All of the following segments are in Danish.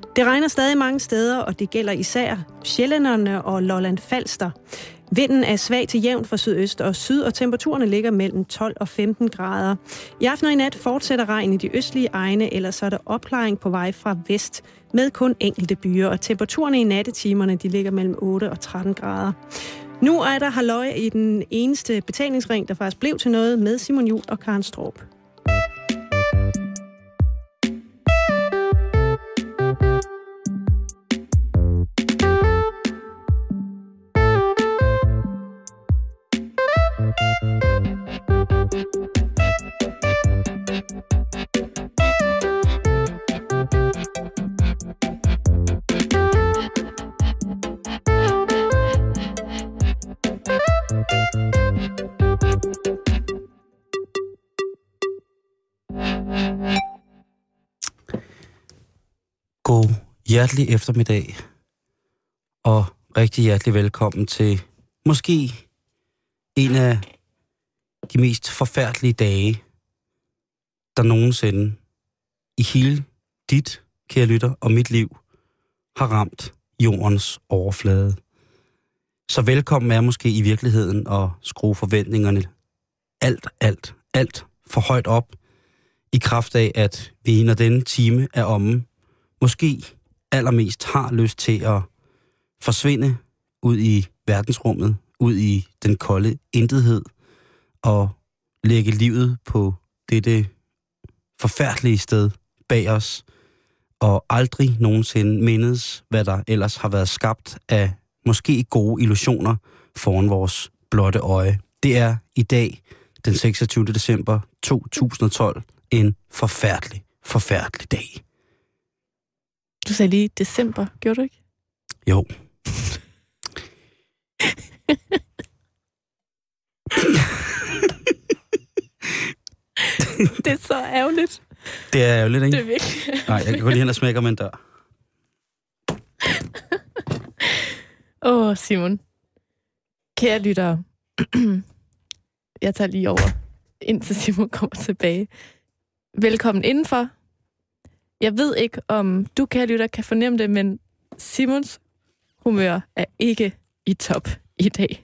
Det regner stadig mange steder, og det gælder især Sjællanderne og Lolland Falster. Vinden er svag til jævn fra sydøst og syd, og temperaturerne ligger mellem 12 og 15 grader. I aften og i nat fortsætter regn i de østlige egne, ellers så er der opklaring på vej fra vest med kun enkelte byer, og temperaturerne i nattetimerne de ligger mellem 8 og 13 grader. Nu er der halløj i den eneste betalingsring, der faktisk blev til noget, med Simon Juhl og Karen Straarup. God hjertelig eftermiddag, og rigtig hjertelig velkommen til måske en af de mest forfærdelige dage, der nogensinde i hele dit, kære lytter, og mit liv har ramt jordens overflade. Så velkommen er måske i virkeligheden at skrue forventningerne alt for højt op, i kraft af, at vi, når denne time er omme, måske allermest har lyst til at forsvinde ud i verdensrummet, ud i den kolde intethed, og lægge livet på dette forfærdelige sted bag os, og aldrig nogensinde mindes, hvad der ellers har været skabt af måske gode illusioner foran vores blotte øje. Det er i dag, den 26. december 2012, en forfærdelig dag. Du sagde lige december, gjorde du ikke? Jo. Det er så ærgerligt. Det er ærgerligt, ikke? Det er virkelig. Nej, jeg kan gå lige hen og smække med en dør. Simon. Kære lyttere. Jeg tager lige over, indtil Simon kommer tilbage. Velkommen indenfor. Jeg ved ikke, om du, kære lytter, kan fornemme det, men Simons humør er ikke i top i dag.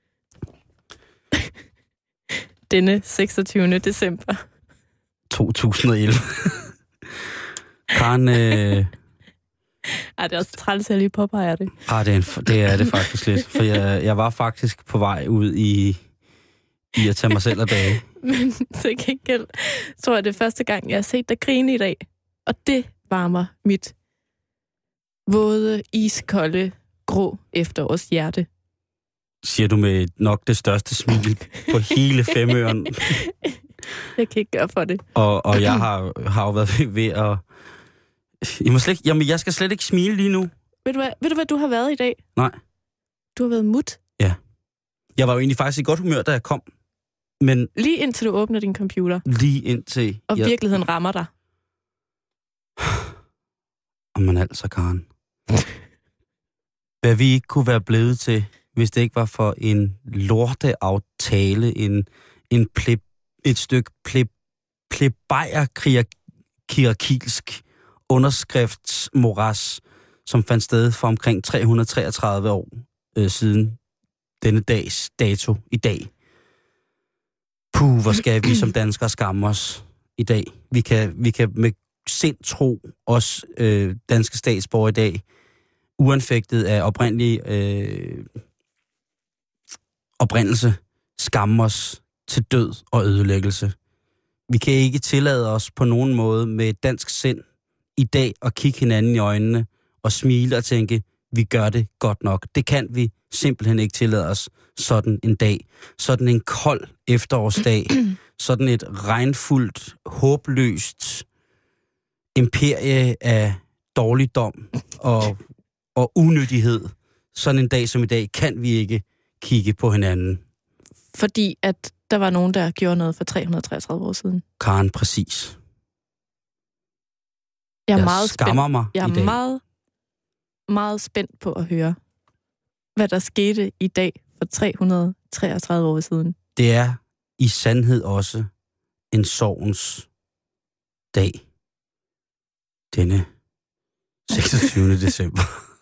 Denne 26. december. 2011. Karen... det er også træls, at jeg lige påpeger det. Det er det faktisk lidt. For jeg var faktisk på vej ud i at tage mig selv af dage. Men til gengæld tror jeg, det er første gang, jeg har set dig grine i dag. Og det varmer mit våde, iskolde, grå efterårs hjerte. Siger du med nok det største smil på hele Femøren. Jeg kan ikke gøre for det. Og jeg har jo været ved at... Jeg skal slet ikke smile lige nu. Ved du, hvad du har været i dag? Nej. Du har været mut. Ja. Jeg var jo egentlig faktisk i godt humør, da jeg kom. Men lige indtil du åbner din computer. Lige indtil... Og virkeligheden rammer dig. Men altså, Karen. Hvad vi ikke kunne være blevet til, hvis det ikke var for en lorteaftale, et stykke plebejer-hierarkisk underskriftsmoras, som fandt sted for omkring 333 år siden denne dags dato i dag. Hvor skal vi som danskere skamme os i dag. Vi kan med sind tro os danske statsborgere i dag, uanfægtet af oprindelse, skamme os til død og ødelæggelse. Vi kan ikke tillade os på nogen måde med et dansk sind i dag at kigge hinanden i øjnene og smile og tænke, vi gør det godt nok. Det kan vi simpelthen ikke tillade os sådan en dag. Sådan en kold efterårsdag. Sådan et regnfuldt, håbløst imperie af dårligdom og unyttighed. Sådan en dag som i dag kan vi ikke kigge på hinanden. Fordi at der var nogen, der gjorde noget for 333 år siden. Karen, præcis. Jeg er meget skammer spændt. mig Jeg i dag. er meget, meget spændt på at høre, hvad der skete i dag for 333 år siden. Det er i sandhed også en sorgens dag. Denne 26. december.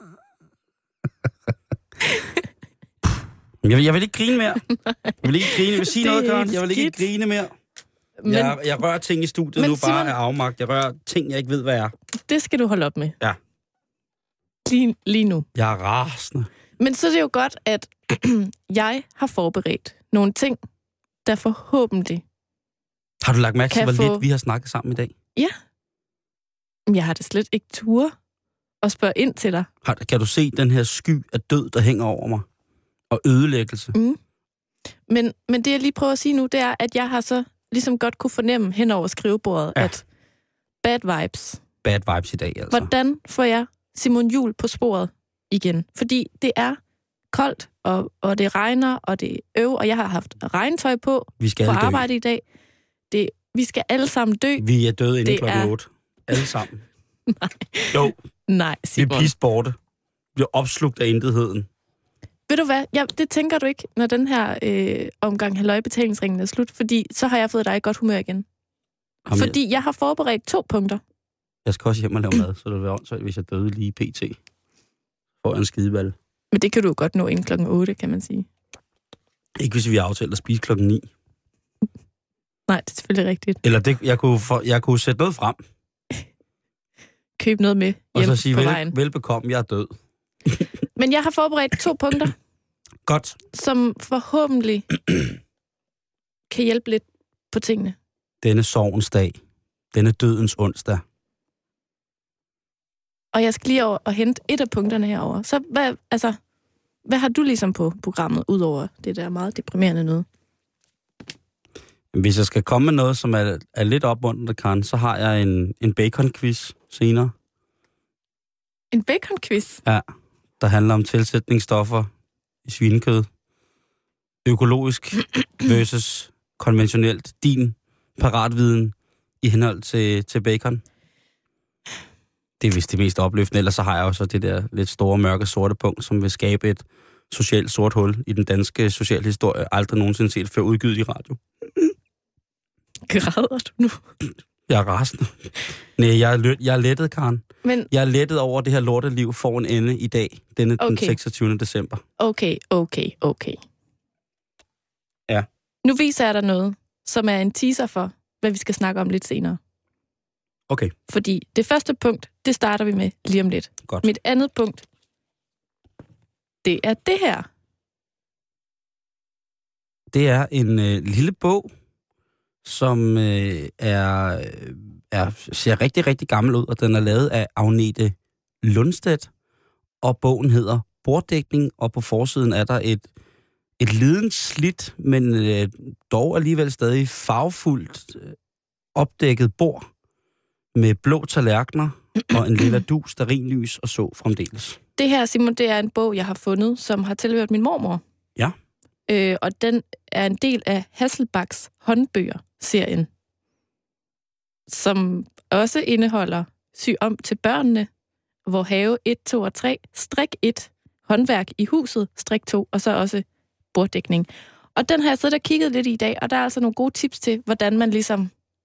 Jeg vil ikke grine mere. Jeg vil sige noget, Karen. Jeg vil ikke grine mere. Men, jeg rører ting i studiet nu, Simon, bare af afmagt. Jeg rører ting, jeg ikke ved, hvad er. Det skal du holde op med. Ja. Lige nu. Jeg er rasende. Men så er det jo godt, at jeg har forberedt nogle ting, der forhåbentlig... Har du lagt mærke til, hvor lidt vi har snakket sammen i dag? Ja. Jeg har det slet ikke ture at spørge ind til dig. Kan du se den her sky af død, der hænger over mig? Og ødelæggelse? Mm. Men det, jeg lige prøver at sige nu, det er, at jeg har så ligesom godt kunne fornemme hen over skrivebordet, at bad vibes. Bad vibes i dag, altså. Hvordan får jeg Simon Juhl på sporet igen? Fordi det er koldt, og det regner, og det er og jeg har haft regntøj på for arbejde i dag. Vi skal alle sammen dø. Vi er døde inden klokken 8. Alle sammen. Nej. Jo. Nej, Simon. Vi er pist borte. Vi bliver opslugt af intetheden. Ved du hvad? Ja, det tænker du ikke, når den her omgang halløjbetalingsringen er slut, fordi så har jeg fået dig i godt humør igen. Fordi jeg har forberedt 2 punkter. Jeg skal også hjem og lave mad, så det ville være åndssvagt, hvis jeg døde lige pt. For en skideball. Men det kan du jo godt nå inden klokken 8, kan man sige. Ikke hvis vi har aftalt at spise klokken 9. Nej, det er selvfølgelig rigtigt. Eller jeg kunne sætte noget frem. Køb noget med hjem og så sige, på vejen. Velbekomme, jeg er død. Men jeg har forberedt 2 punkter. Godt. Som forhåbentlig kan hjælpe lidt på tingene. Denne sorgens dag. Denne dødens onsdag. Og jeg skal lige over og hente et af punkterne herover. Så hvad har du ligesom på programmet, udover det der meget deprimerende noget? Hvis jeg skal komme med noget, som er lidt opmuntrende, Karen, så har jeg en bacon-quiz senere. En bacon-quiz? Ja, der handler om tilsætningsstoffer i svinekød. Økologisk versus konventionelt. Din paratviden i henhold til bacon. Det er vist det mest opløftende. Ellers så har jeg også det der lidt store, mørke, sorte punkt, som vil skabe et socialt sort hul i den danske socialhistorie. Aldrig nogensinde set før udgivet i radio. Græder du nu? Jeg er rasende. Nej, jeg er lettet, Karen. Men... Jeg er lettet over, det her lorteliv får en ende i dag, den 26. december. Okay. Ja. Nu viser jeg dig noget, som er en teaser for, hvad vi skal snakke om lidt senere. Okay. Fordi det første punkt, det starter vi med lige om lidt. Godt. Mit andet punkt, det er det her. Det er en lille bog, som ser rigtig, rigtig gammel ud, og den er lavet af Agnete Lundstedt, og bogen hedder Borddækning, og på forsiden er der et lidensslidt, men dog alligevel stadig farvefuldt opdækket bord med blå tallerkener og en lille dus, stearinlys og så fremdeles. Det her, Simon, det er en bog, jeg har fundet, som har tilhørt min mormor. Ja. Og den er en del af Hasselbachs håndbøger-serien, som også indeholder Sy om til børnene, Hvor have 1, 2 og 3, strik 1, håndværk i huset, strik 2, og så også borddækning. Og den har jeg siddet og kigget lidt i dag, og der er altså nogle gode tips til, hvordan man ligesom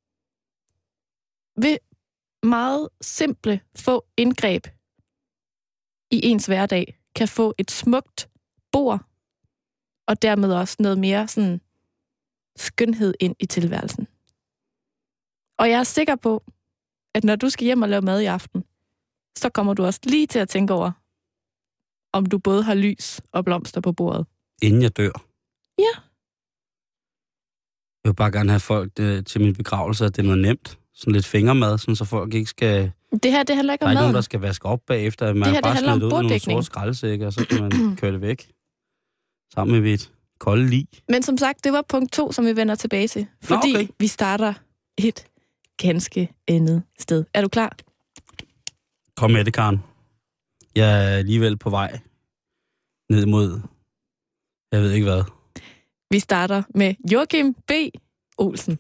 ved meget simple få indgreb i ens hverdag kan få et smukt bord, og dermed også noget mere sådan skønhed ind i tilværelsen. Og jeg er sikker på, at når du skal hjem og lave mad i aften, så kommer du også lige til at tænke over, om du både har lys og blomster på bordet. Inden jeg dør? Ja. Jeg vil bare gerne have folk til min begravelse, at det er noget nemt. Sådan lidt fingermad, sådan, så folk ikke skal... Det her, det handler ikke om mad. Der er ikke nogen, der skal vaske op bagefter. Man det bare handler om ud i nogle sorte skraldesække, og så kan man køre det væk. Sammen med et koldt lig. Men som sagt, det var punkt 2, som vi vender tilbage til. Fordi vi starter et ganske andet sted. Er du klar? Kom med det, Karen. Jeg er alligevel på vej ned mod... Jeg ved ikke hvad. Vi starter med Joachim B. Olsen.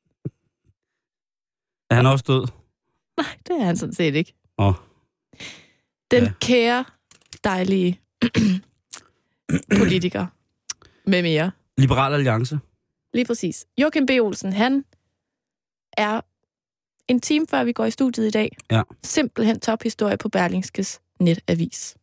Er han også død? Nej, det er han sådan set ikke. Den kære, dejlige politiker med mere. Liberal Alliance. Lige præcis. Joachim B. Olsen, han er en time før vi går i studiet i dag. Ja. Simpelthen tophistorie på Berlingskes netavis.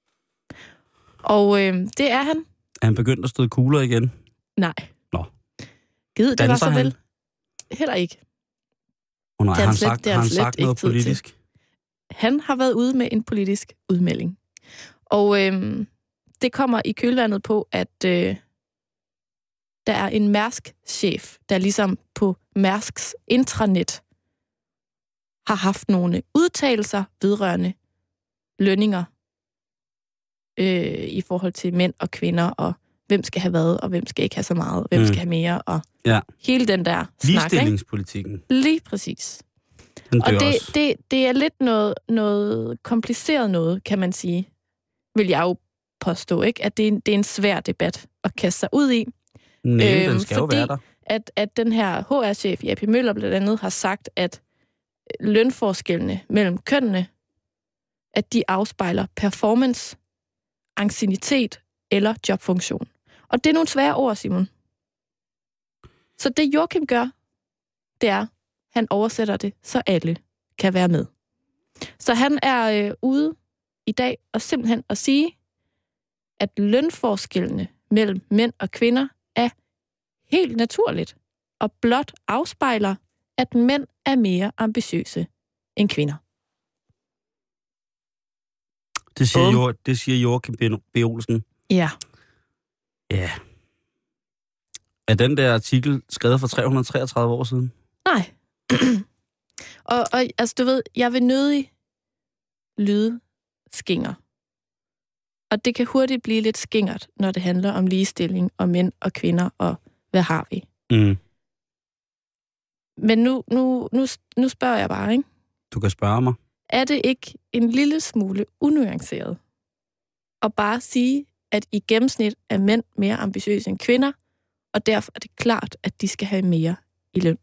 Og det er han. Er han begyndt at støde kugler igen? Nej. Nå. Gid, det var så han? vel. Heller ikke. Nej, Det er har han sagt noget tid politisk? til. Han har været ude med en politisk udmelding. Og det kommer i kølvandet på, at der er en Mærsk-chef, der ligesom på Mærsks intranet har haft nogle udtalelser vedrørende lønninger i forhold til mænd og kvinder, og hvem skal have hvad, og hvem skal ikke have så meget, og hvem skal have mere, og hele den der snak. Ligestillingspolitikken. Lige præcis. Og det er lidt noget kompliceret noget, kan man sige, vil jeg jo påstå, ikke? At det er en svær debat at kaste sig ud i. Nej, den skal jo være der. At den her HR-chef, J.P. Møller, blandt andet har sagt, at lønforskellene mellem kønnene, at de afspejler performance, anciennitet eller jobfunktion. Og det er nogle svære ord, Simon. Så det Joachim gør, det er, han oversætter det, så alle kan være med. Så han er ude i dag og simpelthen at sige, at lønforskellene mellem mænd og kvinder er helt naturligt, og blot afspejler, at mænd er mere ambitiøse end kvinder. Det siger Joachim B. Olsen. Ja. Ja. Er den der artikel skrevet for 333 år siden? Nej. og altså, du ved, jeg vil nødig lyde skinger. Og det kan hurtigt blive lidt skingert, når det handler om ligestilling og mænd og kvinder, og hvad har vi? Mm. Men nu spørger jeg bare, ikke? Du kan spørge mig. Er det ikke en lille smule unuanceret at bare sige, at i gennemsnit er mænd mere ambitiøse end kvinder, og derfor er det klart, at de skal have mere i løn?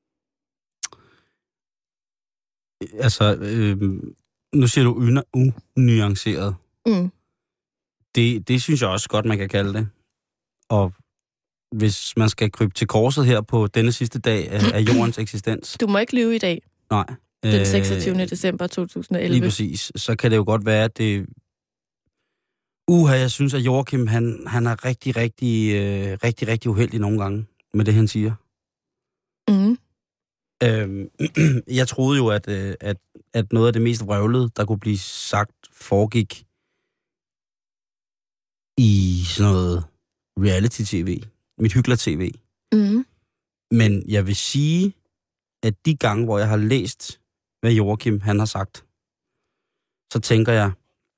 Altså, nu siger du unuanceret. Mm. Det synes jeg også godt, man kan kalde det. Og hvis man skal krybe til korset her på denne sidste dag af jordens eksistens. Du må ikke lyve i dag. Nej. Den 26. december 2011. Lige præcis. Så kan det jo godt være, at det... jeg synes, at Joachim, han er rigtig uheldig nogle gange med det, han siger. Mm. Jeg troede jo, at noget af det mest vrøvlede, der kunne blive sagt, foregik i sådan noget reality-tv. Mit hyggeler-tv. Mm. Men jeg vil sige, at de gange, hvor jeg har læst, hvad Joachim han har sagt, så tænker jeg,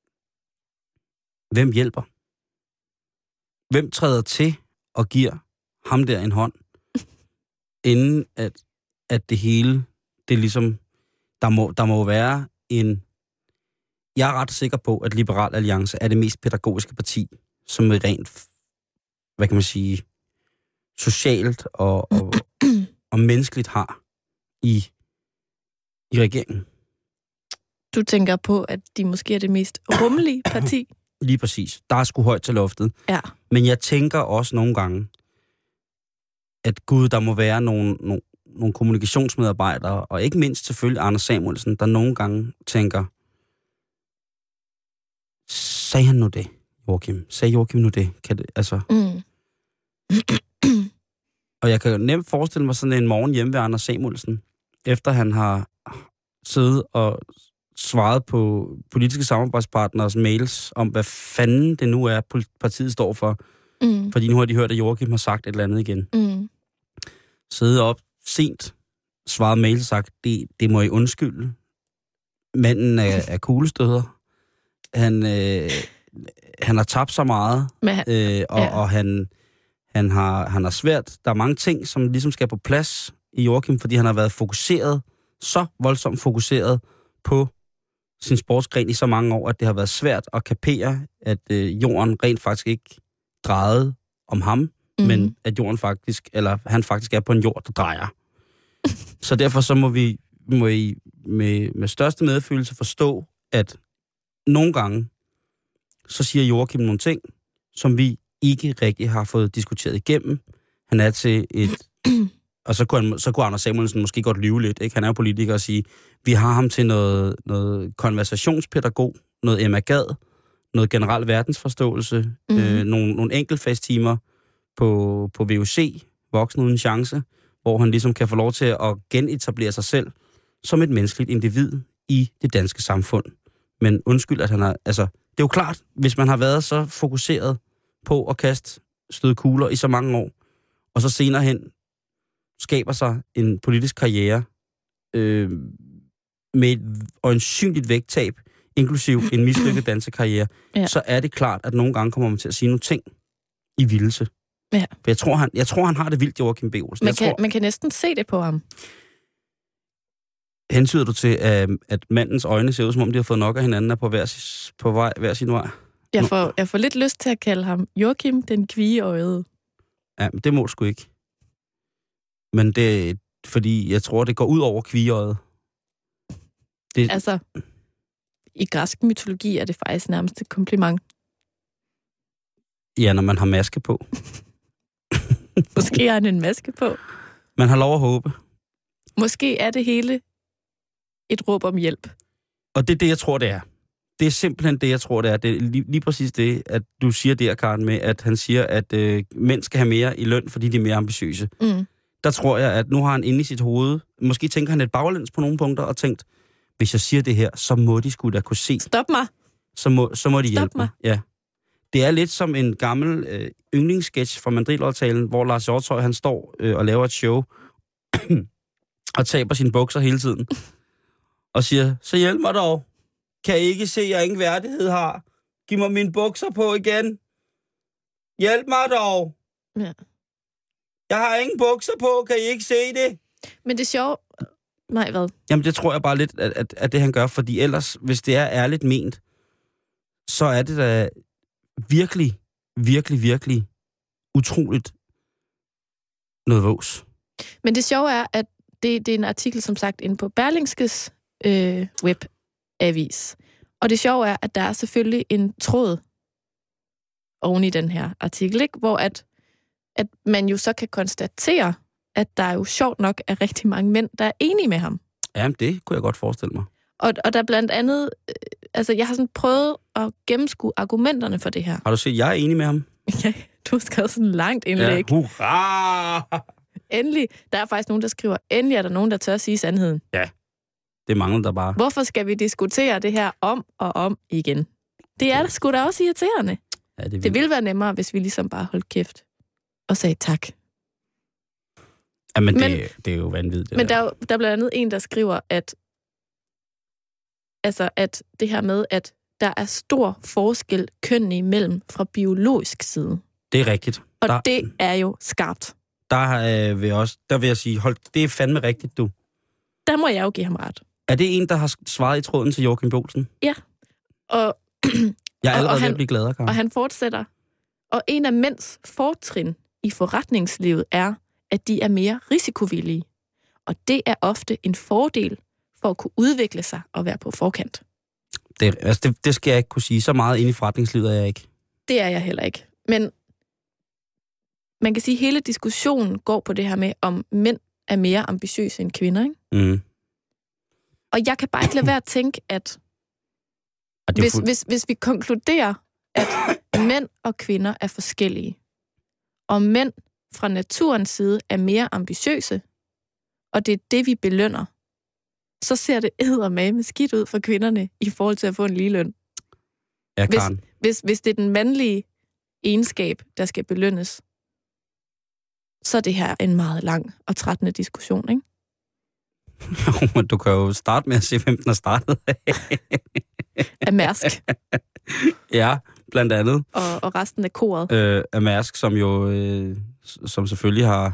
hvem hjælper? Hvem træder til og giver ham der en hånd, inden at det hele, det ligesom, der må være en... Jeg er ret sikker på, at Liberal Alliance er det mest pædagogiske parti, som er rent, hvad kan man sige, socialt og menneskeligt har i regeringen. Du tænker på, at de måske er det mest rummelige parti? Lige præcis. Der er sgu højt til loftet. Ja. Men jeg tænker også nogle gange, at gud, der må være nogle kommunikationsmedarbejdere, og ikke mindst selvfølgelig Anders Samuelsen, der nogle gange tænker, sagde han nu det, Joachim? Sagde Joachim nu det? Kan det altså... Mm. Og jeg kan nemt forestille mig sådan en morgen hjemme ved Anders Samuelsen, efter han har siddet og svaret på politiske samarbejdspartners mails om, hvad fanden det nu er, partiet står for. Mm. Fordi nu har de hørt, at Joachim har sagt et eller andet igen. Mm. Siddet op sent, svaret mails og sagt, det må I undskylde. Manden er kuglestøder. Han har tabt så meget, og han har svært. Der er mange ting, som ligesom skal på plads i Joachim, fordi han har været fokuseret, så voldsomt fokuseret på sin sportsgren i så mange år, at det har været svært at kapere, at jorden rent faktisk ikke drejede om ham, men at jorden faktisk, eller han faktisk er på en jord, der drejer. Så derfor så må I med største medfølelse forstå, at nogle gange, så siger Joachim nogle ting, som vi ikke rigtig har fået diskuteret igennem. Han er til og så kunne Anders Samuelsen måske godt lyve lidt, ikke? Han er jo politiker og sige, vi har ham til noget konversationspædagog, noget Emma Gad, noget generel verdensforståelse, nogle enkeltfagstimer på VUC, Voksen Uden Chance, hvor han ligesom kan få lov til at genetablere sig selv som et menneskeligt individ i det danske samfund. Men undskyld, at han har... Altså, det er jo klart, hvis man har været så fokuseret på at kaste støde kugler i så mange år, og så senere hen skaber sig en politisk karriere med et øjensynligt vægttab, inklusiv en mislykket dansekarriere, så er det klart, at nogle gange kommer man til at sige nogle ting i vildelse. Ja. For jeg tror, han har det vildt, Joachim B. Olsen. Man kan næsten se det på ham. Hentyder du til, at mandens øjne ser ud, som om de har fået nok af hinanden, er på hver sin vej? Jeg får lidt lyst til at kalde ham Joachim den kvigeøjede. Ja, men det må du sgu ikke. Men det er, fordi jeg tror, det går ud over kvigeøjet. Altså, i græsk mytologi er det faktisk nærmest et kompliment. Ja, når man har maske på. Måske har han en maske på. Man har lov at håbe. Måske er det hele et råb om hjælp. Og det er det, jeg tror, det er. Det er simpelthen det, jeg tror, det er. Det er lige præcis det, at du siger der, Karen, med, at han siger, at mænd skal have mere i løn, fordi de er mere ambitiøse. Mm. Der tror jeg, at nu har han inde i sit hoved, måske tænker han et baglæns på nogle punkter, og tænkt, hvis jeg siger det her, så må de sgu da kunne se. Stop mig. Så må de hjælpe mig. Ja. Det er lidt som en gammel yndlingssketch fra Mandrilortalen, hvor Lars Hjortøj, han står og laver et show, og taber sine bukser hele tiden. Og siger, så hjælp mig dog. Kan I ikke se, at jeg ingen værdighed har? Giv mig mine bukser på igen. Hjælp mig dog. Ja. Jeg har ingen bukser på, kan I ikke se det? Men det er sjovt. Nej, hvad? Jamen, det tror jeg bare lidt, at det han gør, fordi ellers, hvis det er ærligt ment, så er det da virkelig, virkelig, virkelig utroligt noget vås. Men det sjove er, at det er en artikel, som sagt, inde på Berlingskes webavis. Og det sjove er, at der er selvfølgelig en tråd oven i den her artikel, ikke? Hvor at man jo så kan konstatere, at der jo sjovt nok er rigtig mange mænd, der er enige med ham. Jamen, det kunne jeg godt forestille mig. Og der blandt andet... Altså, jeg har sådan prøvet at gennemskue argumenterne for det her. Har du set, jeg er enig med ham? Ja, du har skrevet sådan langt indlæg. Ja, hurra! Endelig. Der er faktisk nogen, der skriver, endelig er der nogen, der tør at sige sandheden. Ja, det mangler der bare. Hvorfor skal vi diskutere det her om og om igen? Det er sgu da også irriterende. Ja, det ville være nemmere, hvis vi ligesom bare holdt kæft og sagde tak. Ja, men det er jo vanvittigt. Men der er blandt andet en, der skriver, at det her med, at der er stor forskel kønnene imellem fra biologisk side. Det er rigtigt. Og det er jo skarpt. Der vil jeg sige, det er fandme rigtigt, du. Der må jeg jo give ham ret. Er det en, der har svaret i tråden til Joachim B. Olsen? Ja. Og jeg er allerede ved at blive gladere, Karen. Og han fortsætter. Og en af mænds fortrin i forretningslivet er, at de er mere risikovillige. Og det er ofte en fordel for at kunne udvikle sig og være på forkant. Det skal jeg ikke kunne sige. Så meget inde i forretningslivet er jeg ikke. Det er jeg heller ikke. Men man kan sige, at hele diskussionen går på det her med, om mænd er mere ambitiøse end kvinder, ikke? Mm. Og jeg kan bare ikke lade være at tænke, at hvis vi konkluderer, at mænd og kvinder er forskellige, og mænd fra naturens side er mere ambitiøse, og det er det, vi belønner, så ser det eddermame skidt ud for kvinderne i forhold til at få en ligeløn. Ja, Karen. Hvis det er den mandlige egenskab, der skal belønnes, så er det her en meget lang og trættende diskussion, ikke? Jo, men du kan jo starte med at se, hvem den har startet af Mærsk. Ja, blandt andet. Og resten af koret. Af Mærsk, som jo som selvfølgelig har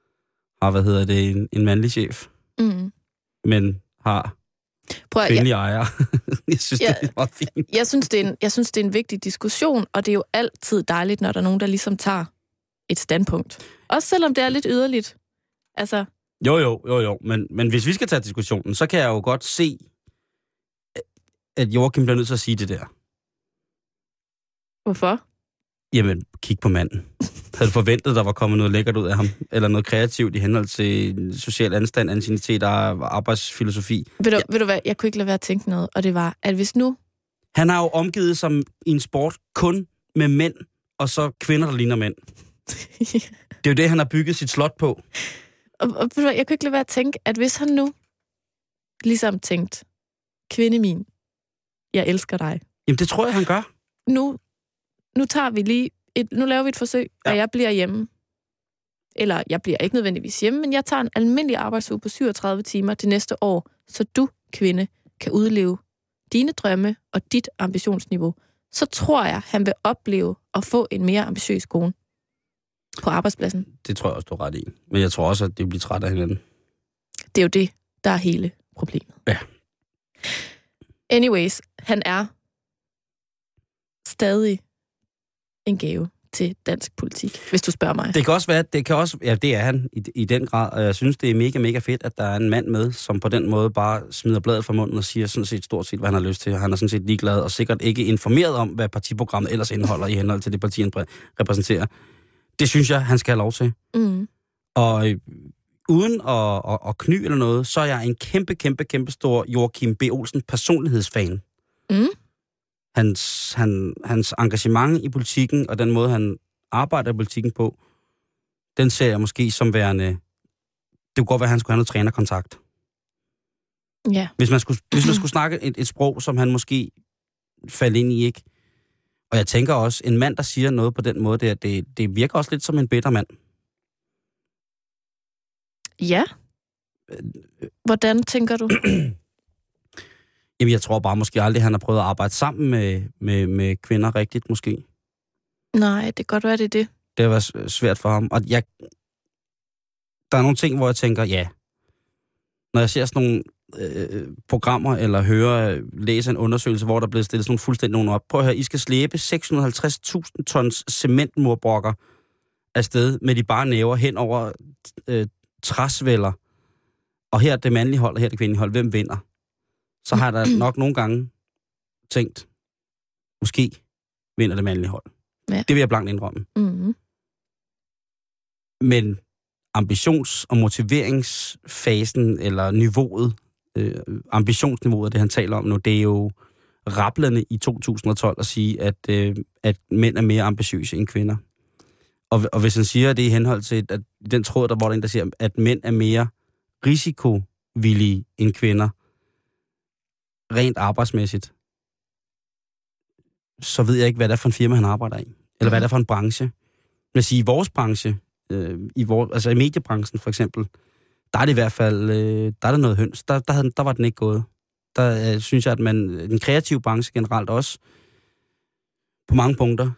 en mandlig chef. Mm. Men har kvindelige ejere. Jeg synes, det er meget fint. Jeg synes, det er en vigtig diskussion, og det er jo altid dejligt, når der er nogen, der ligesom tager et standpunkt. Også selvom det er lidt yderligt. Altså... Jo. Men hvis vi skal tage diskussionen, så kan jeg jo godt se, at Joachim bliver nødt til at sige det der. Hvorfor? Jamen, kig på manden. Havde du forventet, der var kommet noget lækkert ud af ham? Eller noget kreativt i henhold til social anstand, anciennitet og arbejdsfilosofi? Ved du hvad, jeg kunne ikke lade være at tænke noget, og det var, at hvis nu... Han har jo omgivet sig i en sport kun med mænd, og så kvinder, der ligner mænd. Det er jo det, han har bygget sit slot på. Og jeg kunne ikke lade være at tænke, at hvis han nu ligesom tænkt, kvinde min, jeg elsker dig. Jamen, det tror jeg, han gør. Nu tager vi lige nu laver vi et forsøg, og jeg bliver hjemme. Eller jeg bliver ikke nødvendigvis hjemme, men jeg tager en almindelig arbejdsuge på 37 timer det næste år, så du, kvinde, kan udleve dine drømme og dit ambitionsniveau. Så tror jeg, han vil opleve at få en mere ambitiøs kone på arbejdspladsen. Det tror jeg også, du er ret i. Men jeg tror også, at det bliver træt af hinanden. Det er jo det, der er hele problemet. Ja. Anyways, han er stadig en gave til dansk politik, hvis du spørger mig. Det kan også være, det er han i den grad, og jeg synes, det er mega, mega fedt, at der er en mand med, som på den måde bare smider bladet fra munden og siger sådan set stort set, hvad han har lyst til. Han er sådan set ligeglad og sikkert ikke informeret om, hvad partiprogrammet ellers indeholder i henhold til det parti, han repræsenterer. Det synes jeg, han skal have lov til. Mm. Og uden at kny eller noget, så er jeg en kæmpe stor Joachim B. Olsen personlighedsfan. Mm. Hans engagement i politikken, og den måde, han arbejder i politikken på, den ser jeg måske som værende... Det kunne godt være, at han skulle have noget trænerkontakt. Ja. Hvis man skulle snakke et sprog, som han måske faldt ind i, ikke? Og jeg tænker også, en mand, der siger noget på den måde, det virker også lidt som en bitter mand. Ja. Hvordan tænker du? Jamen, jeg tror bare måske aldrig, han har prøvet at arbejde sammen med kvinder rigtigt, måske. Nej, det kan godt være, det er det. Det har været svært for ham. Og der er nogle ting, hvor jeg tænker, ja. Når jeg ser sådan nogle programmer, eller læser en undersøgelse, hvor der er blevet stillet sådan nogle fuldstændig nogen op. Prøv at høre, I skal slæbe 650.000 tons cementmurbrokker afsted med de bare næver hen over træsvælder. Og her er det mandlige hold, og her er det kvindelige hold. Hvem vinder? Så har der nok nogle gange tænkt, måske vinder det mandlige hold. Ja. Det vil jeg blankt indrømme. Mm-hmm. Men ambitions- og motiveringsfasen, eller niveauet, ambitionsniveauet, det han taler om nu, det er jo rablende i 2012 at sige, at mænd er mere ambitiøse end kvinder. Og hvis han siger det i henhold til, at den tråd, hvor der siger, at mænd er mere risikovillige end kvinder, rent arbejdsmæssigt, så ved jeg ikke, hvad det er for en firma, han arbejder i. Eller hvad det er for en branche. Jeg vil sige, i vores branche, altså i mediebranchen for eksempel, der er det i hvert fald, der er det noget høns. Der var den ikke gået. Der synes jeg, at den kreative branche generelt også, på mange punkter,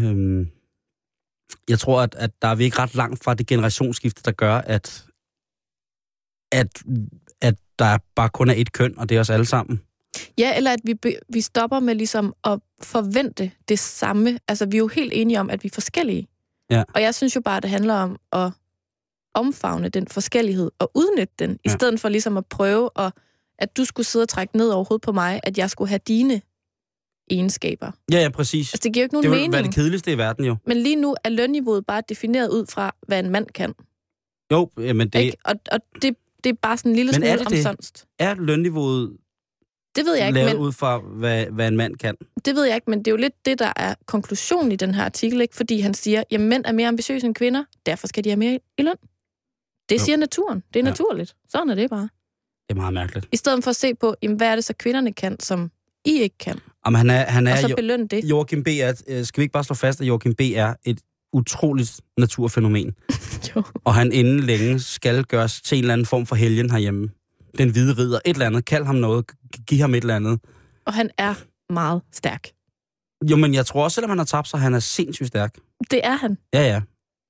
jeg tror, at der er vi ikke ret langt fra det generationsskifte, der gør, at der bare kun er et køn, og det er os alle sammen. Ja, eller at vi stopper med ligesom at forvente det samme. Altså, vi er jo helt enige om, at vi er forskellige. Ja. Og jeg synes jo bare, at det handler om at omfavne den forskellighed og udnytte den, i stedet for ligesom at prøve, at du skulle sidde og trække ned over hovedet på mig, at jeg skulle have dine egenskaber. Ja, præcis. Altså, det giver jo ikke nogen mening. Det vil være det kedeligste i verden, jo. Men lige nu er lønniveauet bare defineret ud fra, hvad en mand kan. Jo, men det... Og det er bare sådan en lille smule omsonst. Er lønniveauet det ved jeg ikke, lavet ud fra, hvad en mand kan? Det ved jeg ikke, men det er jo lidt det, der er konklusionen i den her artikel, ikke? Fordi han siger, at mænd er mere ambitiøse end kvinder, derfor skal de have mere i løn. Det siger naturen. Det er naturligt. Sådan er det bare. Det er meget mærkeligt. I stedet for at se på, hvad er det så kvinderne kan, som I ikke kan? Jamen, han er og så belønne det. Joachim B. Skal vi ikke bare slå fast, at Joachim B. er et utroligt naturfænomen? Jo. Og han inden længe skal gøres til en eller anden form for helgen herhjemme. Den hvide ridder, et eller andet. Kald ham noget. Giv ham et eller andet. Og han er meget stærk. Jo, men jeg tror også, selvom han har tabt sig, han er sindssygt stærk. Det er han. Ja.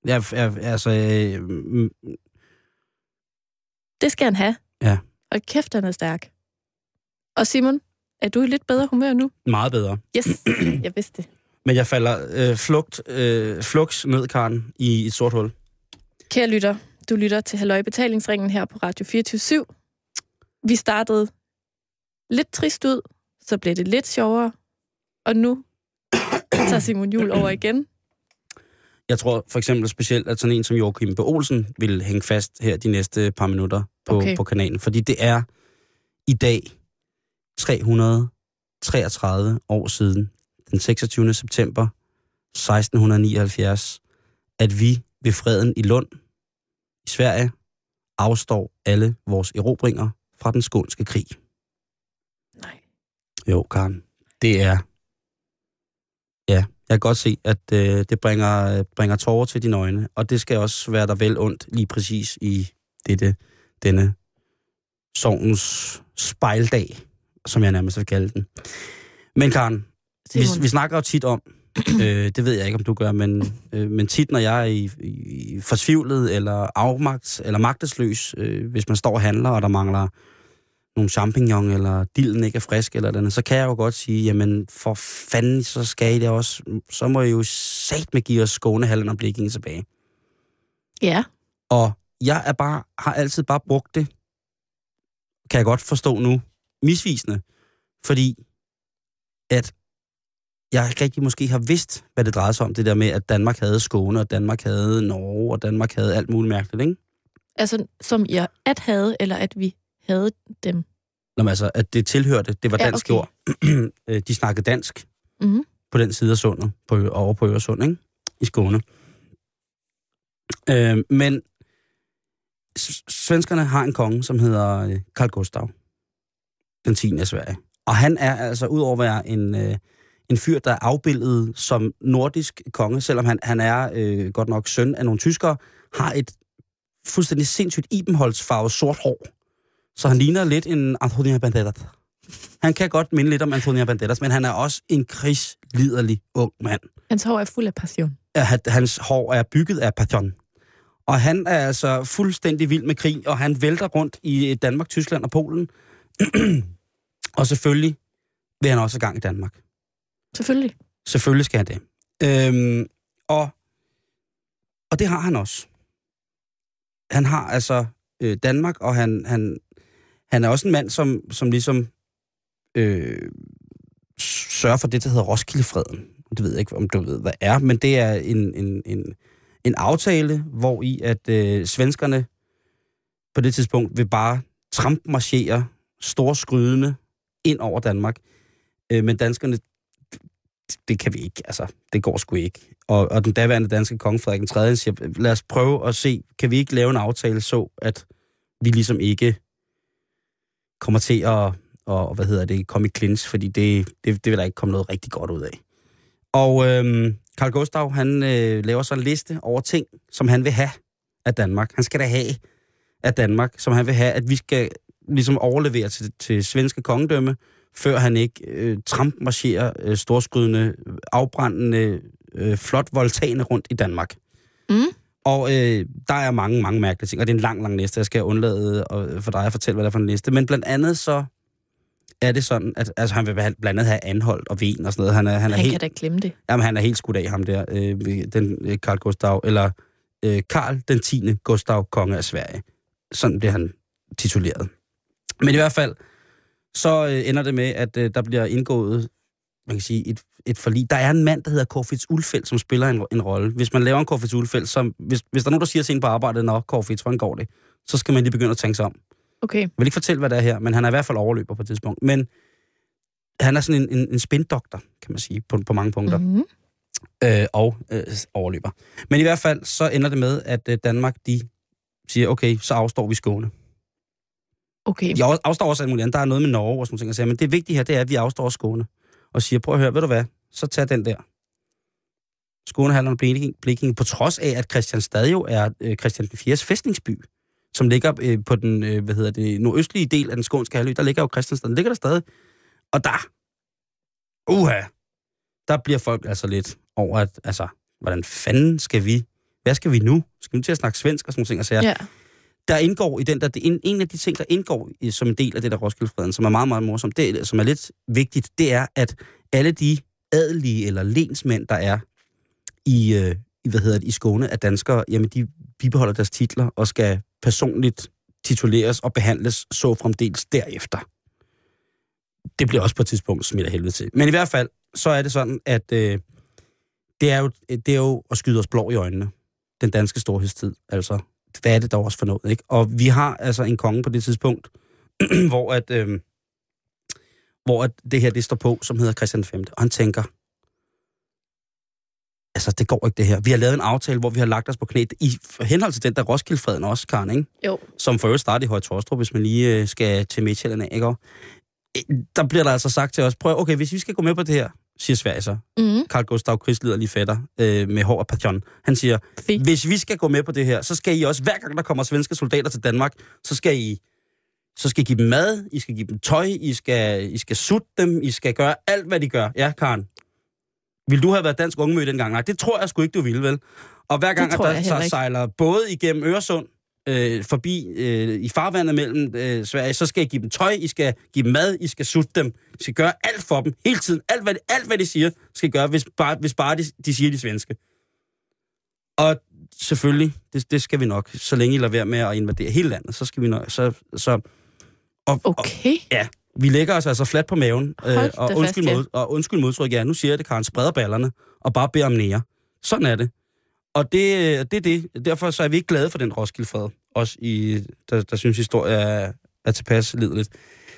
Det skal han have. Ja. Og kæft, han er stærk. Og Simon, er du i lidt bedre humør nu? Meget bedre. Yes, jeg vidste det. Men jeg falder fluks ned, Karen, i et sort hul. Kære lytter, du lytter til Halløj Betalingsringen her på Radio 24/7. Vi startede lidt trist ud, så blev det lidt sjovere, og nu tager Simon Juhl over igen. Jeg tror for eksempel specielt, at sådan en som Joachim B. Olsen vil hænge fast her de næste par minutter på kanalen. Fordi det er i dag 333 år siden, den 26. september 1679, at vi ved freden i Lund i Sverige afstår alle vores erobringer fra den skånske krig. Nej. Jo, Karen. Det er... Ja, jeg kan godt se, at det bringer tårer til dine øjne, og det skal også være der vel ondt lige præcis i denne sognens spejldag, som jeg nærmest vil kalde den. Men Karen, vi snakker jo tit om, det ved jeg ikke, om du gør, men tit, når jeg er i fortvivlet eller afmagt eller magtesløs, hvis man står og handler, og der mangler nogle champignon, eller dillen ikke er frisk, eller den, så kan jeg jo godt sige, jamen for fanden, så skal I det også, så må I jo satme give os Skåne, Halland og Blekinge tilbage. Ja. Og jeg har altid bare brugt det, kan jeg godt forstå nu, misvisende, fordi at jeg ikke rigtig måske har vidst, hvad det drejede sig om, det der med, at Danmark havde Skåne, og Danmark havde Norge, og Danmark havde alt muligt mærkeligt, ikke? Altså, som jeg havde, eller at vi havde dem? Nå, men altså, at det tilhørte, det var dansk ord. De snakkede dansk på den side af sundet, over på Øresund, ikke? I Skåne. Men svenskerne har en konge, som hedder Carl Gustaf, den 10. af Sverige. Og han er altså, udover at være en fyr, der er afbildet som nordisk konge, selvom han er godt nok søn af nogle tyskere, har et fuldstændig sindssygt ibenholdsfarvet sort hår. Så han ligner lidt en Antonio Banderas. Han kan godt minde lidt om Antonio Banderas, men han er også en krigsliderlig ung mand. Hans hår er fuld af passion. Hans hår er bygget af passion. Og han er altså fuldstændig vild med krig, og han vælter rundt i Danmark, Tyskland og Polen. Og selvfølgelig vil han også i gang i Danmark. Selvfølgelig. Selvfølgelig skal han det. Og det har han også. Han har altså Danmark, og han er også en mand, som ligesom sørger for det, der hedder Roskildefreden. Det ved jeg ikke, om du ved, hvad er, men det er en aftale, hvor i at svenskerne på det tidspunkt vil bare trampmarchere storskrydende ind over Danmark. Men danskerne, det kan vi ikke, altså, det går sgu ikke. Og den daværende danske konge Frederik den 3. siger, lad os prøve at se, kan vi ikke lave en aftale så, at vi ligesom ikke kommer til at komme i clinch, fordi det vil der ikke komme noget rigtig godt ud af. Og Carl Gustaf, han laver så en liste over ting, som han vil have af Danmark. Han skal da have af Danmark, som han vil have, at vi skal ligesom overlevere til svenske kongedømme, før han ikke trampmarcherer storskrydende, afbrændende, flot voldtagende rundt i Danmark. Og der er mange, mange mærkelige ting, og det er en lang, lang liste. Jeg skal undlade for dig at fortælle, hvad det er for en liste. Men blandt andet så er det sådan, at altså, han vil blandt andet have Anholt og Wien og sådan noget. Han kan da glemme det. Jamen, han er helt skudt af ham der, den Carl Gustaf, eller Carl den 10. Gustaf, konge af Sverige. Sådan bliver han tituleret. Men i hvert fald, så ender det med, at der bliver indgået, man kan sige, et forlig. Der er en mand, der hedder Corfitz Ulfeldt, som spiller en rolle. Hvis man laver en Corfitz Ulfeldt, så hvis der er nogen, der siger til en på arbejdet, nå, Corfitz, hvordan går det? Så skal man lige begynde at tænke sig om. Okay. Jeg vil ikke fortælle, hvad det er her, men han er i hvert fald overløber på et tidspunkt. Men han er sådan en spindoktor, kan man sige, på mange punkter. Overløber. Men i hvert fald, så ender det med, at Danmark, de siger, okay, så afstår vi Skåne. Okay. Jeg afstår også alt muligt andet. Der er noget med Norge og sådan noget, men det vigtige her, det er, at vi afstår Skåne. Og siger, prøv at høre, ved du hvad, så tag den der. Skåne, Halland og Blekinge, på trods af, at Christianstad jo er Christian 4's fæstningsby, som ligger på den, nordøstlige del af den skånske halvø. Der ligger jo Christianstad, den ligger der stadig. Og der bliver folk altså lidt over, at altså, hvordan fanden skal vi, hvad skal vi nu? Skal vi til at snakke svensk og sådan nogle ting? Ja. Der indgår i den der, en af de ting, der indgår som en del af det der Roskildefreden, som er meget, meget morsomt, det, som er lidt vigtigt, det er, at alle de adelige eller lensmænd, der er i Skåne af danskere, jamen de bibeholder deres titler og skal personligt tituleres og behandles så fremdeles derefter. Det bliver også på et tidspunkt smidt af helvede til. Men i hvert fald, så er det sådan, at det er jo at skyde os blå i øjnene. Den danske storhedstid, altså. Hvad er det dog også for noget, ikke? Og vi har altså en konge på det tidspunkt, hvor at det her, det står på, som hedder Christian 5. Og han tænker, altså, det går ikke det her. Vi har lavet en aftale, hvor vi har lagt os på knæ i henhold til den der Roskilde-freden også, Karen, ikke? Jo. Som for øvrigt startede i Høje Torstrup, hvis man lige skal til Midtjylland af, ikke? Der bliver der altså sagt til os, prøv, okay, hvis vi skal gå med på det her, siger Sverige så. Carl Gustav krigsliderlige fætter med hår og passion. Han siger, hvis vi skal gå med på det her, så skal I også, hver gang der kommer svenske soldater til Danmark, så skal I give dem mad, I skal give dem tøj, I skal sutte dem, I skal gøre alt, hvad de gør. Ja, Karen. Vil du have været dansk ungemø dengang? Nej, det tror jeg sgu ikke, du ville, vel? Og hver gang, at der så sejler både igennem Øresund, forbi i farvandet mellem Sverige, så skal I give dem tøj, I skal give dem mad, I skal sutte dem, I skal gøre alt for dem, hele tiden. Alt hvad de siger, skal I gøre, hvis bare de siger de svenske. Og selvfølgelig, det skal vi nok, så længe I lader være med at invadere hele landet, så skal vi nok, okay. Ja, vi lægger os altså flat på maven, og undskyld modtryk, ja, nu siger jeg det, Karen, spreder ballerne, og bare beder om nære. Sådan er det. Og det er det. Derfor så er vi ikke glade for den Roskilde-fred. Også der synes historie er tilpas lideligt.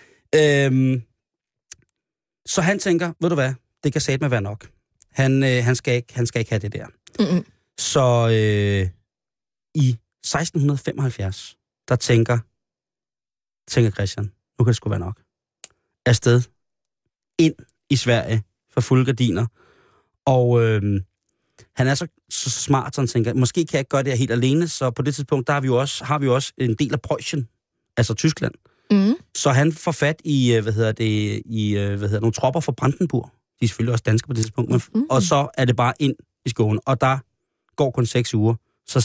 Så han tænker, ved du hvad, det kan satme være nok. Han skal ikke have det der. Mm-mm. Så i 1675, der tænker Christian, nu kan det sgu være nok. Afsted ind i Sverige for fulde gardiner. Og han er så smart, så han tænker, måske kan jeg ikke gøre det her helt alene, så på det tidspunkt, der har vi også en del af Preussen, altså Tyskland. Mm. Så han får fat i, nogle tropper fra Brandenburg. De er selvfølgelig også danske på det tidspunkt. Og så er det bare ind i skoven. Og der går kun 6 uger, så